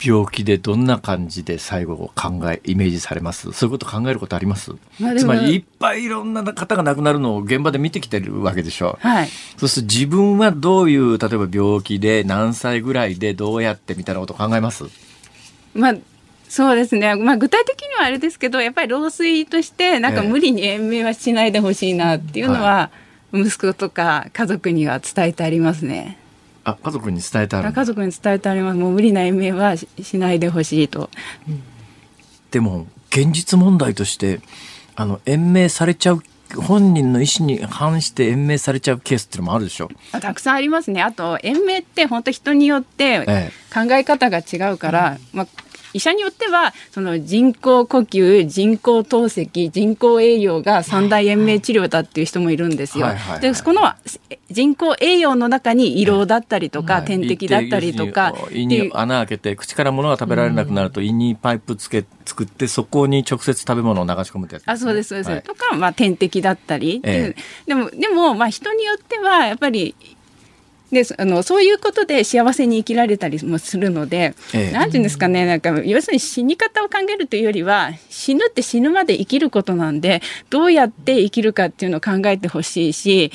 病気でどんな感じで最後イメージされます？そういうこと考えることあります？つまりいっぱいいろんな方が亡くなるのを現場で見てきてるわけでしょ。 はい、 そうすると自分はどういう例えば病気で何歳ぐらいでどうやってみたいなことを考えます？ そうですね、具体的にはあれですけど、やっぱり老衰としてなんか無理に延命はしないでほしいなっていうのは、息子とか家族には伝えてありますね。 家族に伝えてある？ 家族に伝えてあります。もう無理な延命は しないでほしいと、 でも現実問題として延命されちゃう、本人の意思に反して延命されちゃうケースっていうのもあるでしょ。 たくさんありますね。あと延命って本当人によって考え方が違うから、医者によってはその人工呼吸、人工透析、人工栄養が三大延命治療だっていう人もいるんですよ。でこの人工栄養の中に胃ろうだったりとか、点滴だったりとか、 胃に穴開けて口から物が食べられなくなると胃にパイプ作ってそこに直接食べ物を流し込むってやつですね。 そうですそうです、とか、点滴だったり、でも人によってはやっぱりでそういうことで幸せに生きられたりもするので、なんていうんですかね、なんか要するに死に方を考えるというよりは、死ぬって死ぬまで生きることなんで、どうやって生きるかっていうのを考えてほしいし、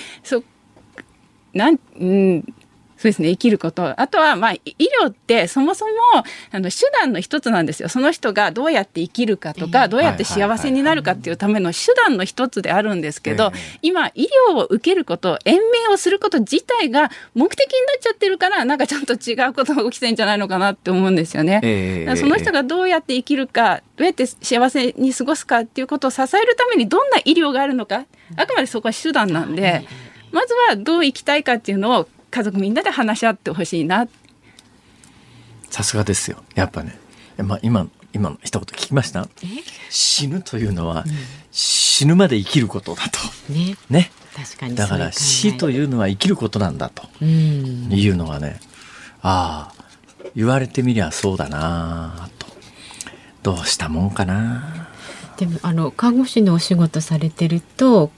そうですね、生きること。あとは医療ってそもそも手段の一つなんですよ。その人がどうやって生きるかとか、どうやって幸せになるかっていうための手段の一つであるんですけど、今医療を受けること、延命をすること自体が目的になっちゃってるから、なんかちょっと違うことが起きてるんじゃないのかなって思うんですよね。その人がどうやって生きるか、どうやって幸せに過ごすかっていうことを支えるためにどんな医療があるのか、あくまでそこは手段なんで、まずはどう生きたいかっていうのを家族みんなで話し合ってほしいな。 さすがですよ。やっぱね、今の一言聞きました？死ぬというのは、死ぬまで生きることだと。ね。 確かにだから死というのは生きることなんだというのがね、言われてみりゃそうだなと。どうしたもんかな。 でも看護師のお仕事されてると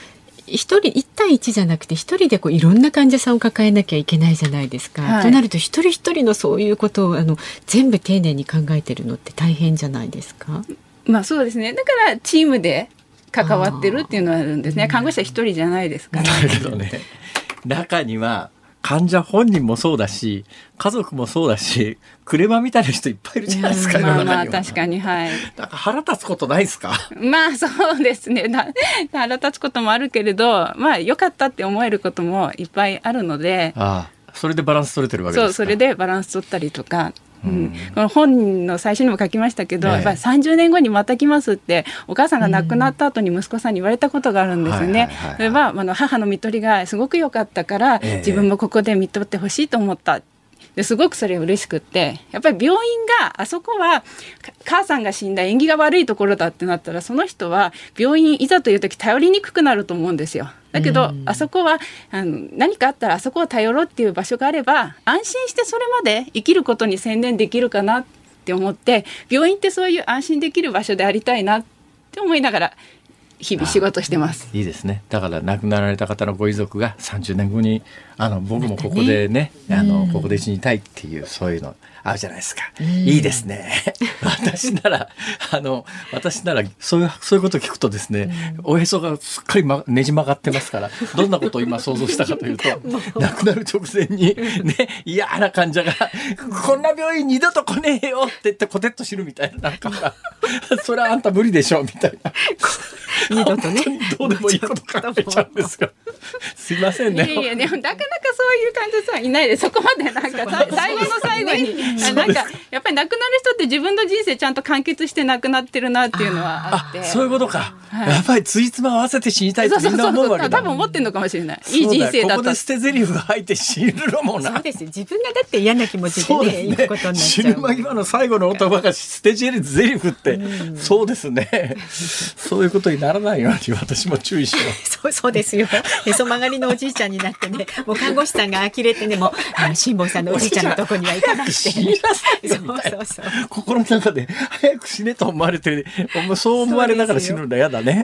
1対1じゃなくて一人でいろんな患者さんを抱えなきゃいけないじゃないですか、となると一人一人のそういうことを全部丁寧に考えてるのって大変じゃないですか？ そうですね。だからチームで関わってるっていうのはあるんですね。看護師は一人じゃないですから。 だけどね、中には患者本人もそうだし、家族もそうだし、クレバみたいな人いっぱいいるじゃないですか。 確かに、はい。 だから腹立つことないですか？ そうですね。腹立つこともあるけれど、良かったって思えることもいっぱいあるので。 それでバランス取れてるわけですか？ それでバランス取ったりとか。この本の最初にも書きましたけど、やっぱり30年後にまた来ますってお母さんが亡くなった後に息子さんに言われたことがあるんですよね。それは母の看取りがすごく良かったから、自分もここで看取ってほしいと思った。ですごくそれ嬉しくって、やっぱり病院があそこは母さんが死んだ縁起が悪いところだってなったら、その人は病院いざという時頼りにくくなると思うんですよ。だけどあそこは何かあったらあそこを頼ろうっていう場所があれば、安心してそれまで生きることに専念できるかなって思って、病院ってそういう安心できる場所でありたいなって思いながら日々仕事してます。 いいですね。だから亡くなられた方のご遺族が30年後に僕もここでね、ここで死にたいっていう、そういうのあるじゃないですか。いいですね。私ならそういうこと聞くとですね、おへそがすっかりねじ曲がってますから、どんなことを今想像したかというと亡くなる直前にね、嫌な患者がこんな病院二度と来ねえよって言ってコテッと死ぬみたいな、なんかそれはあんた無理でしょみたいな。 二度とね、 どうでもいいこと考えちゃうんですが、すいませんね。 でもなかなかそういう患者さんいないで、そこまでなんか最後の最後になんかやっぱり亡くなる人って自分の人生ちゃんと完結して亡くなってるなっていうのはあって。 そういうことか、やっぱりついつま合わせて死にたいってみんな思うわけだ。 多分思ってんのかもしれない。いい人生だった。 ここで捨て台詞が入って死ぬのもな。 そうです。自分がだって嫌な気持ちでね、行くことになっちゃう。 死ぬ間際の最後の言葉が捨て台詞って、そうですね。そういうことにならないように私も注意しよう。そうですよ。へそ曲がりのおじいちゃんになってね、もう看護師さんが呆れてね、もう辛坊さんのおじいちゃんのとこには行かなくて、 死になさいよみたいな。心の中で早く死ねと思われて、そう思われながら死ぬのは嫌だね。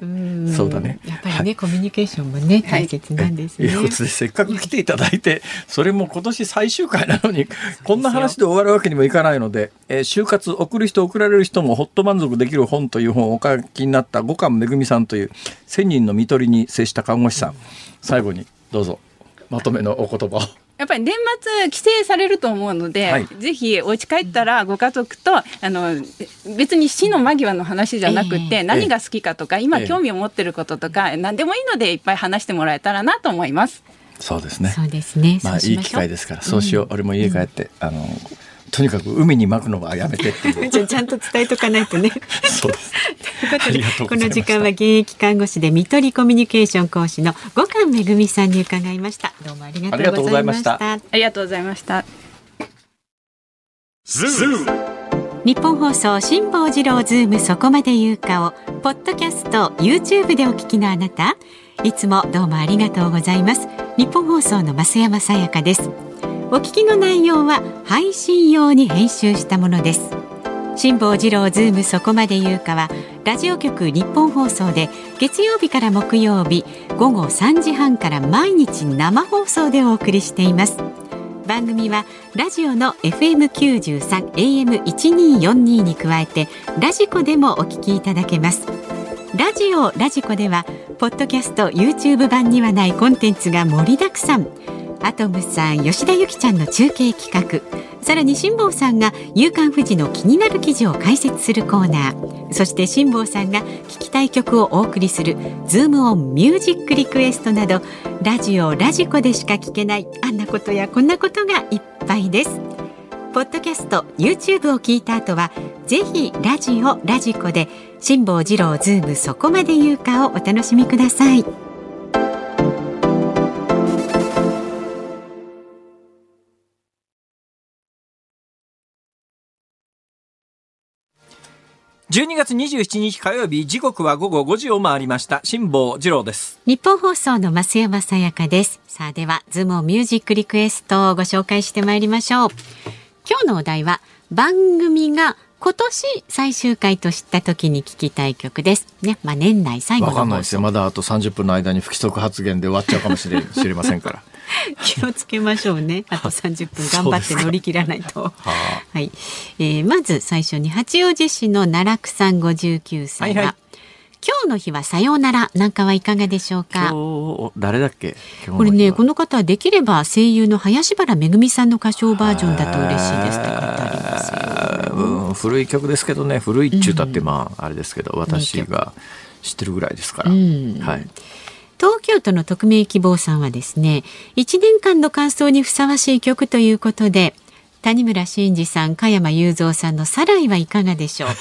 そうだね。 やっぱりね、コミュニケーションもね、大切なんですね。 いうことで、せっかく来ていただいて、それも今年最終回なのにこんな話で終わるわけにもいかないので、就活送る人送られる人もほっと満足できる本という本をお書きになった五感めぐみさんという1000人の看取りに接した看護師さん、最後にどうぞまとめのお言葉を。 やっぱり年末帰省されると思うので、ぜひお家帰ったらご家族と別に死の間際の話じゃなくて、何が好きかとか今興味を持ってることとか、何でもいいのでいっぱい話してもらえたらなと思います。 そうですね。 まあいい機会ですから、そうしよう。俺も家帰ってとにかく海に巻くのはやめてっていうちゃんと伝えとかないとね。 そうです。 ということで、この時間は現役看護師で看取りコミュニケーション講師の五感めぐみさんに伺いました。どうもありがとうございました。 ありがとうございました。 日本放送辛坊治郎ズームそこまで言うかをポッドキャスト YouTube でお聞きのあなた、いつもどうもありがとうございます。日本放送の増山さやかです。お聞きの内容は配信用に編集したものです。辛坊治郎ズームそこまで言うかはラジオ局日本放送で月曜日から木曜日午後3時半から毎日生放送でお送りしています。番組はラジオの FM93 AM1242 に加えてラジコでもお聞きいただけます。ラジコではポッドキャスト YouTube 版にはないコンテンツが盛りだくさん。アトムさん、吉田ゆきちゃんの中継企画、さらに辛坊さんが夕刊フジの気になる記事を解説するコーナー、そして辛坊さんが聞きたい曲をお送りするズームオンミュージックリクエストなど、ラジコでしか聞けないあんなことやこんなことがいっぱいです。ポッドキャスト YouTube を聞いた後はぜひラジコで辛坊治郎ズームそこまで言うかをお楽しみください。 12月27日火曜日、時刻は午後5時を回りました。辛坊治郎です。 日本放送の増山さやかです。さあ、ではズームミュージックリクエストをご紹介してまいりましょう。今日のお題は番組が今年最終回と知った時に聴きたい曲ですね。年内最後のわかんないですよ。まだあと30分の間に不規則発言で終わっちゃうかもしれませんから気をつけましょうね。あと30分頑張って乗り切らないとはい。まず最初に八王子市の奈落さん59歳が、今日の日はさようならなんかはいかがでしょうか。 誰だっけ。 これね、この方はできれば声優の林原めぐみさんの歌唱バージョンだと嬉しいですって書いてありますよ。 古い曲ですけどね。古いっちゅうたってあれですけど、私が知ってるぐらいですから、はい。 東京都の匿名希望さんはですね、1年間の感想にふさわしい曲ということで、谷村新司さん、加山雄三さんのサライはいかがでしょう。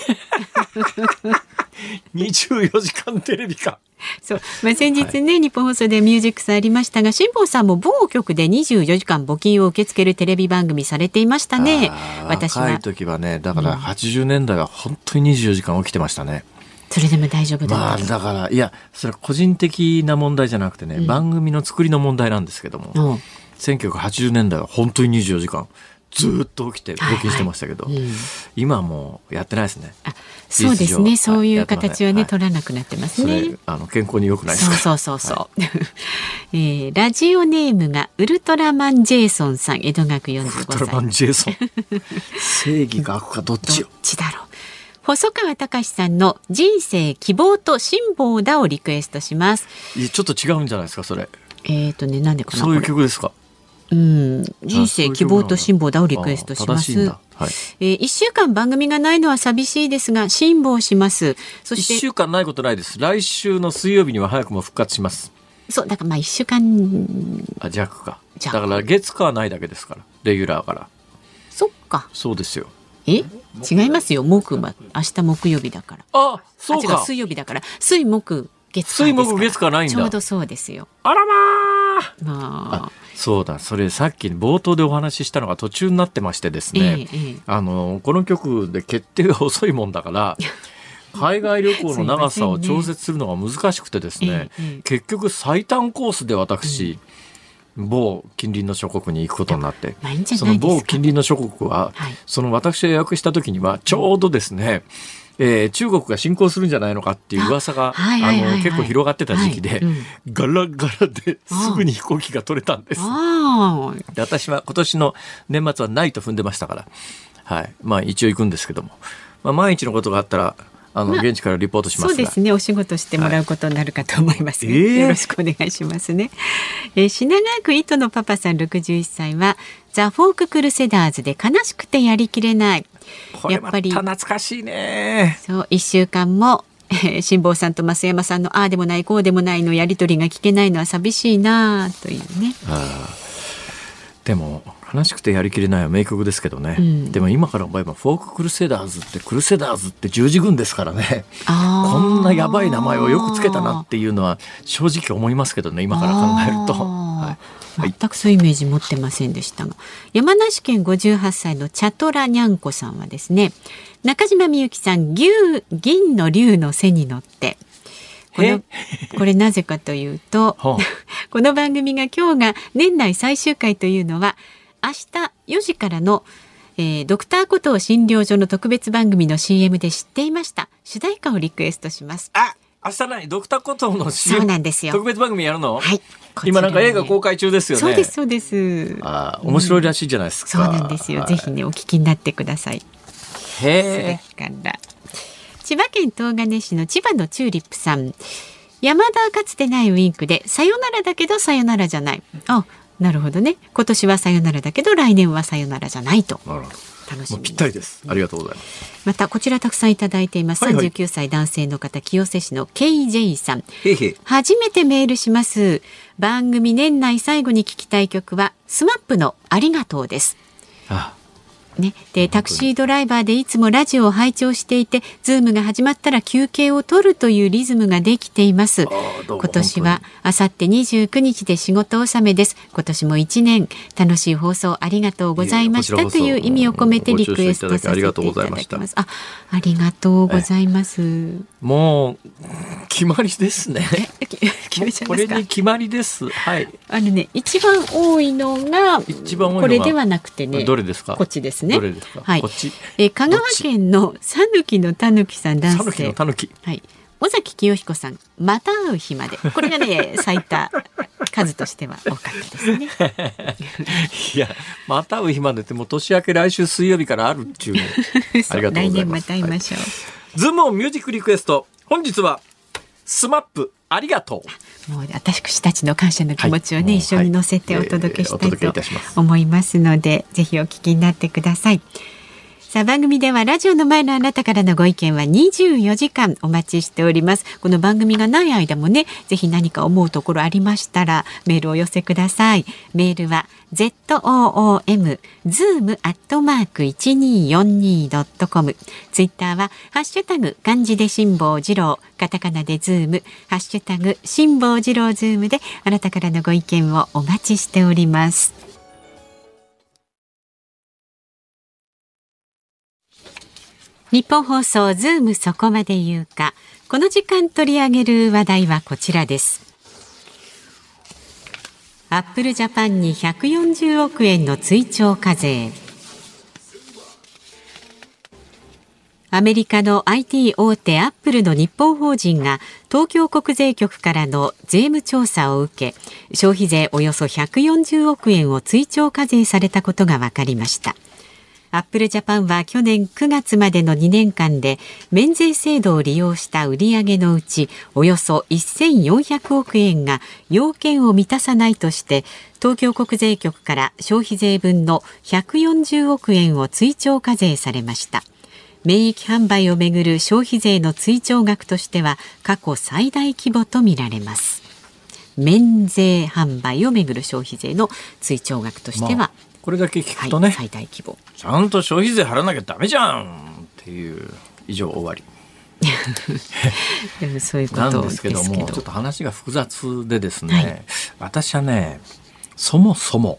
24時間テレビか。 そう、先日ね、日本放送でミュージックスありましたが、辛坊さんも某局で24時間募金を受け付けるテレビ番組されていましたね。私は若い時はね、だから80年代は本当に24時間起きてましたね。 それでも大丈夫だった。 だからいや、それは個人的な問題じゃなくてね、番組の作りの問題なんですけども、1980年代は本当に24時間ずっと起きて募金してましたけど、今はもうやってないですね。 そうですね、そういう形はね、取らなくなってますね。 それ健康に良くないですか。 そうラジオネームがウルトラマンジェイソンさん、江戸学45歳。ウルトラマンジェイソン正義か悪かどっちだろう。細川隆さんの人生希望と辛抱だをリクエストします。 ちょっと違うんじゃないですかそれ。 なんでかな。 そういう曲ですか。 人生希望と辛抱だをリクエストします。1週間番組がないのは寂しいですが辛抱します。そして1 週間ないことないです。来週の水曜日には早くも復活します。 そうだから1週間弱か。だから月火はないだけですから、レギュラーから。 そっか。 そうですよ。 違いますよ。明日木曜日だから。そうか。水曜日だから水木月火ですから。水木月火ないんだ。ちょうどそうですよ。 あらまあ。そうだ、それさっき冒頭でお話ししたのが途中になってましてですね、この曲で決定が遅いもんだから海外旅行の長さを調節するのが難しくてですね、結局最短コースで私、某近隣の諸国に行くことになって、その某近隣の諸国は、その私が予約した時にはちょうどですね、 中国が侵攻するんじゃないのかっていう噂が結構広がってた時期で、ガラガラですぐに飛行機が取れたんです。で私は今年の年末はないと踏んでましたから、はい、まあ一応行くんですけども、まあ、万一のことがあったら現地からリポートしますが、 そうですね、お仕事してもらうことになるかと思います、よろしくお願いしますね。品川区糸のパパさん61歳はザ・フォーク・クルセダーズで悲しくてやりきれない。 これまた懐かしいね。 そう1週間も辛坊さんと増山さんのああでもないこうでもないのやり取りが聞けないのは寂しいなというね。 でも悲しくてやりきれないは名曲ですけどね、でも今から思えばフォーククルセダーズってクルセダーズって十字軍ですからね、こんなやばい名前をよくつけたなっていうのは正直思いますけどね、今から考えると、はい、 全くそういうイメージ持ってませんでしたが、山梨県58歳のチャトラニャンコさんはですね、中島みゆきさん銀の竜の背に乗ってこれなぜかというとこの番組が今日が年内最終回というのは明日4時からの、ドクターコトー診療所の特別番組の CM で知っていました。主題歌をリクエストします。 明日何ドクターコトーの CM そうなんですよ、 特別番組やるの？ はい、 今なんか映画公開中ですよね。 そうですそうです。 面白いらしいじゃないですか、 そうなんですよ、ぜひねお聞きになってください。それから千葉県東金市の千葉のチューリップさん、山田かつてないウインクでさよならだけどさよならじゃない。なるほどね、今年はさよならだけど来年はさよならじゃないと。楽しみに。 ぴったりです。ありがとうございます。 またこちらたくさんいただいています。39歳男性の方、清瀬市の KJ さん、初めてメールします。番組年内最後に聞きたい曲はスマップのありがとうです。でタクシードライバーでいつもラジオを拝聴していて、ズームが始まったら休憩を取るというリズムができています。今年はあさって29日で仕事納めです。今年も1年楽しい放送ありがとうございましたという意味を込めてリクエストさせていただきます。ありがとうございます。 もう決まりですね。 決めちゃいますか？ これに決まりです。はい。 一番多いのがこれではなくてね、 どれですか？ こっちですね。 どれですか？ はい、 こっち。 香川県のさぬきのたぬきさん男性。 さぬきのたぬき。 はい。尾崎清彦さん、また会う日まで。これがね最多数としては多かったですね。 いや、また会う日までってもう年明け来週水曜日からあるっていう。ありがとうございます。 来年また会いましょう。はい、 ズームオンミュージックリクエスト。本日はスマップありがとう。 もう私たちの感謝の気持ちをね、一緒に乗せてお届けしたいと思いますので、ぜひお聞きになってください。さあ、番組ではラジオの前のあなたからのご意見は24時間お待ちしております。この番組がない間もね、ぜひ何か思うところありましたらメールをお寄せください。メールは zoom@1242.com、 ツイッターはハッシュタグ漢字で辛坊治郎、カタカナでズーム、ハッシュタグ辛坊治郎ズームであなたからのご意見をお待ちしております。日本放送ズームそこまで言うか。この時間取り上げる話題はこちらです。アップルジャパンに140億円の追徴課税。アメリカの IT 大手アップルの日本法人が東京国税局からの税務調査を受け、消費税およそ140億円を追徴課税されたことが分かりました。アップルジャパンは去年9月までの2年間で免税制度を利用した売上のうちおよそ1400億円が要件を満たさないとして東京国税局から消費税分の140億円を追徴課税されました。免疫販売をめぐる消費税の追徴額としては過去最大規模とみられます。免税販売をめぐる消費税の追徴額としては、 これだけ聞くとね、 最大規模。 ちゃんと消費税払わなきゃダメじゃんっていう以上終わり。 でもそういうことなんですけども、ちょっと話が複雑でですね、私はね、そもそも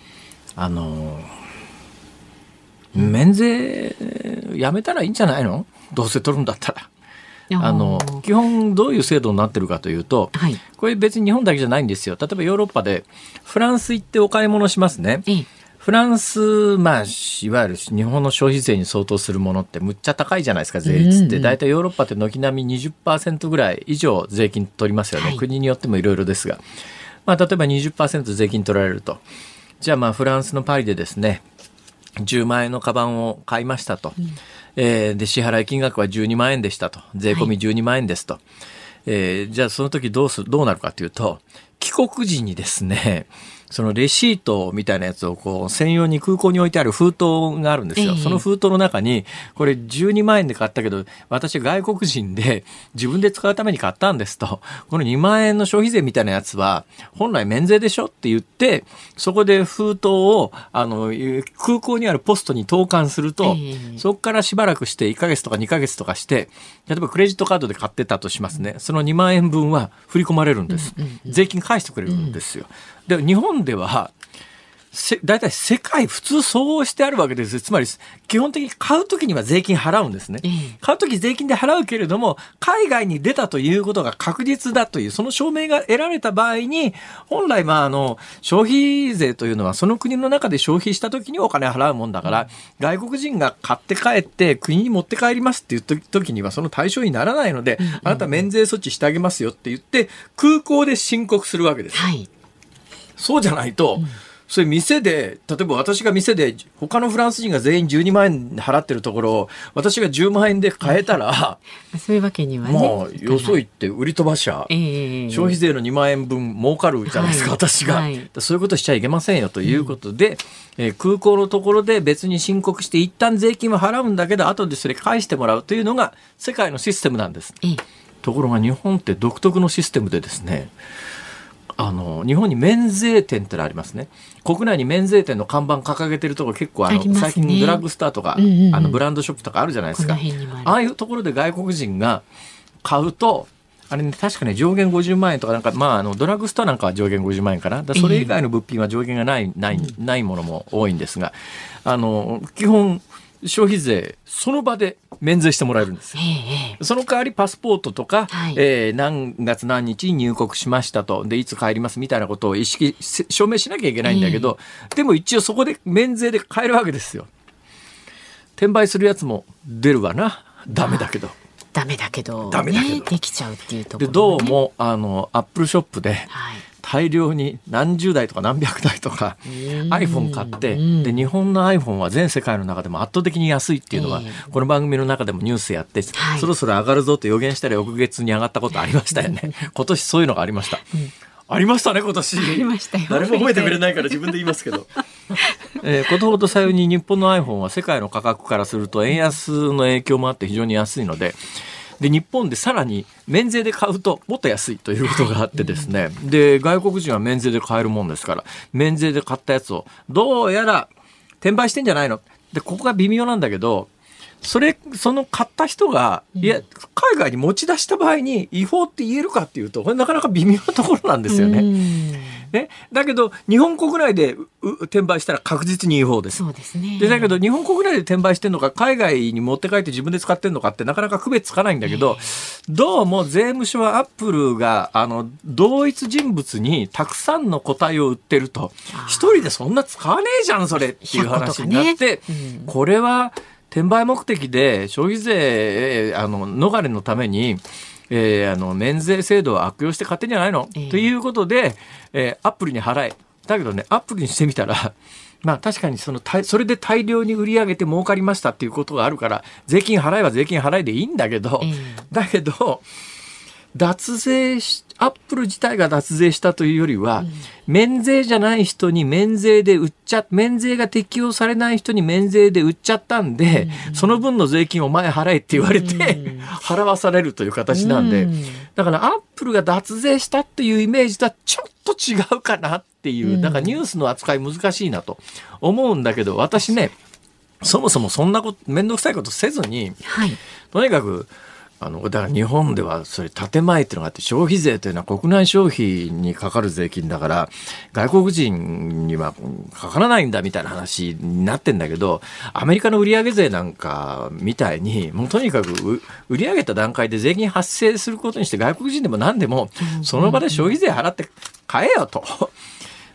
免税やめたらいいんじゃないの？どうせ取るんだったら。基本どういう制度になってるかというと、これ別に日本だけじゃないんですよ。例えばヨーロッパでフランス行ってお買い物しますね。 フランス、いわゆる日本の消費税に相当するものってむっちゃ高いじゃないですか、税率って。だいたいヨーロッパって軒並み 20% ぐらい以上税金取りますよね。国によってもいろいろですが。例えば 20% 税金取られると。じゃあフランスのパリでですね、10万円のカバンを買いましたと。で、支払い金額は12万円でしたと。税込み12万円ですと。じゃあその時どうなるかというと、帰国時にですね、そのレシートみたいなやつを専用に空港に置いてある封筒があるんですよ。その封筒の中に、これ12万円で買ったけど、私外国人で自分で使うために買ったんですと。この2万円の消費税みたいなやつは、本来免税でしょって言って、そこで封筒を、空港にあるポストに投函すると、そこからしばらくして1ヶ月とか2ヶ月とかして、例えばクレジットカードで買ってたとしますね。その2万円分は振り込まれるんです。税金返してくれるんですよ。で、日本ではだいたい世界普通そうしてあるわけです。つまり基本的に買うときには税金払うんですね。買うとき税金で払うけれども、海外に出たということが確実だというその証明が得られた場合に、本来消費税というのはその国の中で消費したときにお金払うもんだから、外国人が買って帰って国に持って帰りますっていうときにはその対象にならないので、あなた免税措置してあげますよって言って空港で申告するわけです。そうじゃないと、それ店で、例えば私が店で他のフランス人が全員12万円払ってるところを私が10万円で買えたら、 そういうわけにはね、 もうよそ行って売り飛ばしゃ、消費税の2万円分儲かるじゃないですか、私が、そういうことしちゃいけませんよということで、空港のところで別に申告して一旦税金は払うんだけど後でそれ返してもらうというのが世界のシステムなんです。ところが日本って独特のシステムでですね、日本に免税店ってのありますね。国内に免税店の看板掲げてるところ結構最近ドラッグストアとか、ブランドショップとかあるじゃないですか。ああいうところで外国人が買うと、あれね、確かね、上限50万円とかドラッグストアなんかは上限50万円かな。それ以外の物品は上限がないものも多いんですが、基本消費税その場で免税してもらえるんです。その代わりパスポートとか、何月何日に入国しましたと、でいつ帰りますみたいなことを証明しなきゃいけないんだけど、でも一応そこで免税で買えるわけですよ。転売するやつも出るわな。ダメだけどできちゃうっていうところ、ね、でどうもアップルショップで、大量に何十台とか何百台とか iPhone 買って、で日本の iPhone は全世界の中でも圧倒的に安いっていうのは、この番組の中でもニュースやって、そろそろ上がるぞと予言したら翌月に上がったことありましたよね。今年そういうのがありました。ありましたね、今年。 ありましたよ。 誰も褒めてくれないから自分で言いますけど。ことほどさように日本の iPhone は世界の価格からすると円安の影響もあって非常に安いので、日本でさらに免税で買うともっと安いということがあってですね、で外国人は免税で買えるもんですから、免税で買ったやつをどうやら転売してんじゃないので、ここが微妙なんだけど、その買った人がいや海外に持ち出した場合に違法って言えるかっていうと、これなかなか微妙なところなんですよね。だけど日本国内で転売したら確実に違法です。 そうですね。 だけど日本国内で転売してんのか海外に持って帰って自分で使ってんのかってなかなか区別つかないんだけど、どうも税務署はアップルが同一人物にたくさんの個体を売ってると、一人でそんな使わねえじゃんそれっていう話になって、これは転売目的で消費税逃れのために免税制度を悪用して買ってんじゃないの、ということで、アップルに払え。だけどね、アップルにしてみたら確かにそれで大量に売り上げて儲かりましたっていうことがあるから、税金払えば税金払いでいいんだけど、だけどアップル自体が脱税したというよりは、免税じゃない人に免税が適用されない人に免税で売っちゃったんで、その分の税金を前払えって言われて、払わされるという形なんで、だからアップルが脱税したっていうイメージとはちょっと違うかなっていう、だからニュースの扱い難しいなと思うんだけど、私ね、そもそもそんなこと面倒くさいことせずに、とにかくだから日本ではそれ建前っていうのがあって、消費税というのは国内消費にかかる税金だから外国人にはかからないんだみたいな話になってんだけど、アメリカの売上税なんかみたいにもうとにかく売り上げた段階で税金発生することにして、外国人でも何でもその場で消費税払って買えよと。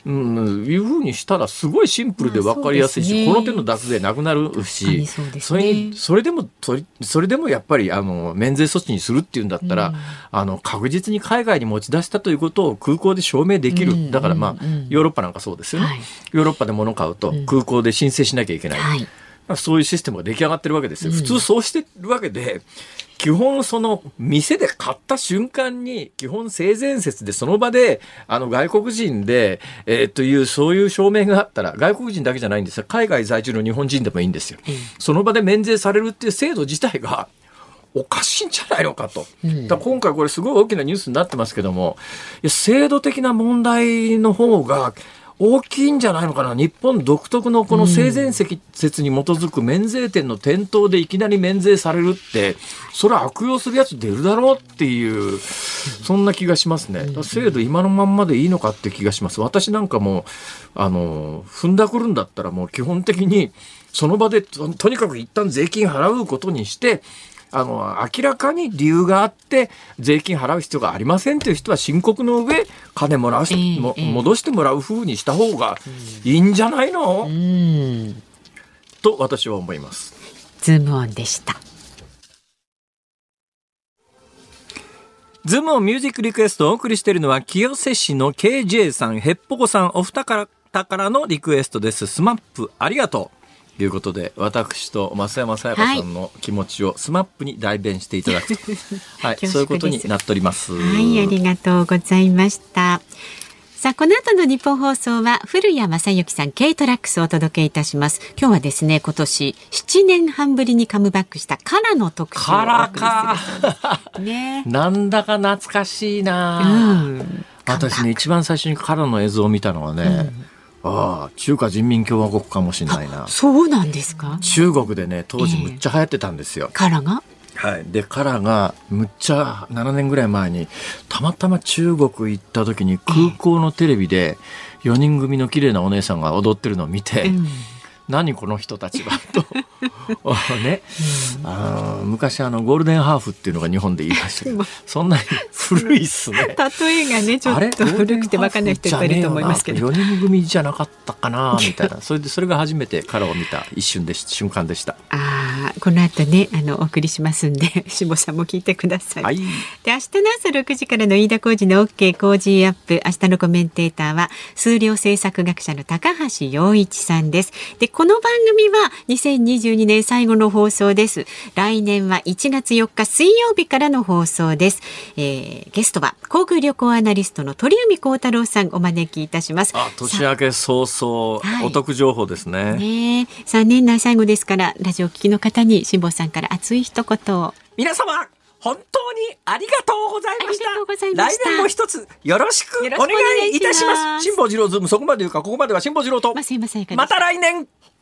いうふうにしたらすごいシンプルで分かりやすいし、この手の脱税なくなるし、それでもやっぱり免税措置にするっていうんだったら、確実に海外に持ち出したということを空港で証明できる。だからヨーロッパなんかそうですよね。ヨーロッパで物買うと空港で申請しなきゃいけない。そういうシステムが出来上がってるわけですよ。普通そうしてるわけで、基本その店で買った瞬間に基本性善説でその場で外国人で、というそういう証明があったら、外国人だけじゃないんですよ。海外在住の日本人でもいいんですよ。その場で免税されるっていう制度自体がおかしいんじゃないのかと。だから今回これすごい大きなニュースになってますけども、制度的な問題の方が大きいんじゃないのかな。日本独特のこの性善説に基づく免税店の店頭でいきなり免税されるって、それは悪用するやつ出るだろうっていう、そんな気がしますね。制度今のまんまでいいのかって気がします。私なんかも踏んだくるんだったらもう基本的にその場でとにかく一旦税金払うことにして、明らかに理由があって税金払う必要がありませんという人は申告の上金もらう戻してもらう風にした方がいいんじゃないの、と私は思います。 ズームオンでした。 ズームオンミュージックリクエストをお送りしているのは清瀬市の KJ さん、へっぽこさんお二方からのリクエストです。スマップありがとうということで、私と増山さやかさんの気持ちをスマップに代弁していただくと、そういうことになっております。 ありがとうございました。さあ、この後の日本放送は古谷正幸さん、軽トラックスをお届けいたします。今日はですね、今年7年半ぶりにカムバックしたカラの特集をお送りする、ね、 なんだか懐かしいな、私ね、一番最初にカラの映像を見たのはね、中華人民共和国かもしれないな。 そうなんですか。 中国でね、当時むっちゃ流行ってたんですよ、 カラが。 でカラがむっちゃ7年ぐらい前にたまたま中国行った時に空港のテレビで4人組の綺麗なお姉さんが踊ってるのを見て、何この人たちはとね、昔ゴールデンハーフっていうのが日本で言いましたけど、そんなに古いっすね。 例えがねちょっと古くて分かんない人いっぱいいると思いますけど、 4人組じゃなかったかなみたいなそれが初めてカラを見た瞬間でした。 この後ねお送りしますんでしぼさんも聞いてください。で明日の朝6時からの飯田浩司の OK 工事アップ、明日のコメンテーターは数量政策学者の高橋洋一さんです。でこの番組は2022年最後の放送です。来年は1月4日水曜日からの放送です。ゲストは航空旅行アナリストの鳥海高太郎さんお招きいたします。 年明け早々、お得情報ですね。 さあ年内最後ですからラジオ聞きの方に辛坊さんから熱い一言を。 皆様本当にありがとうございました。来年も一つよろしくお願いいたします。辛坊治郎ズームそこまで言うか、ここまでは辛坊治郎と増山さやかです。 また来年。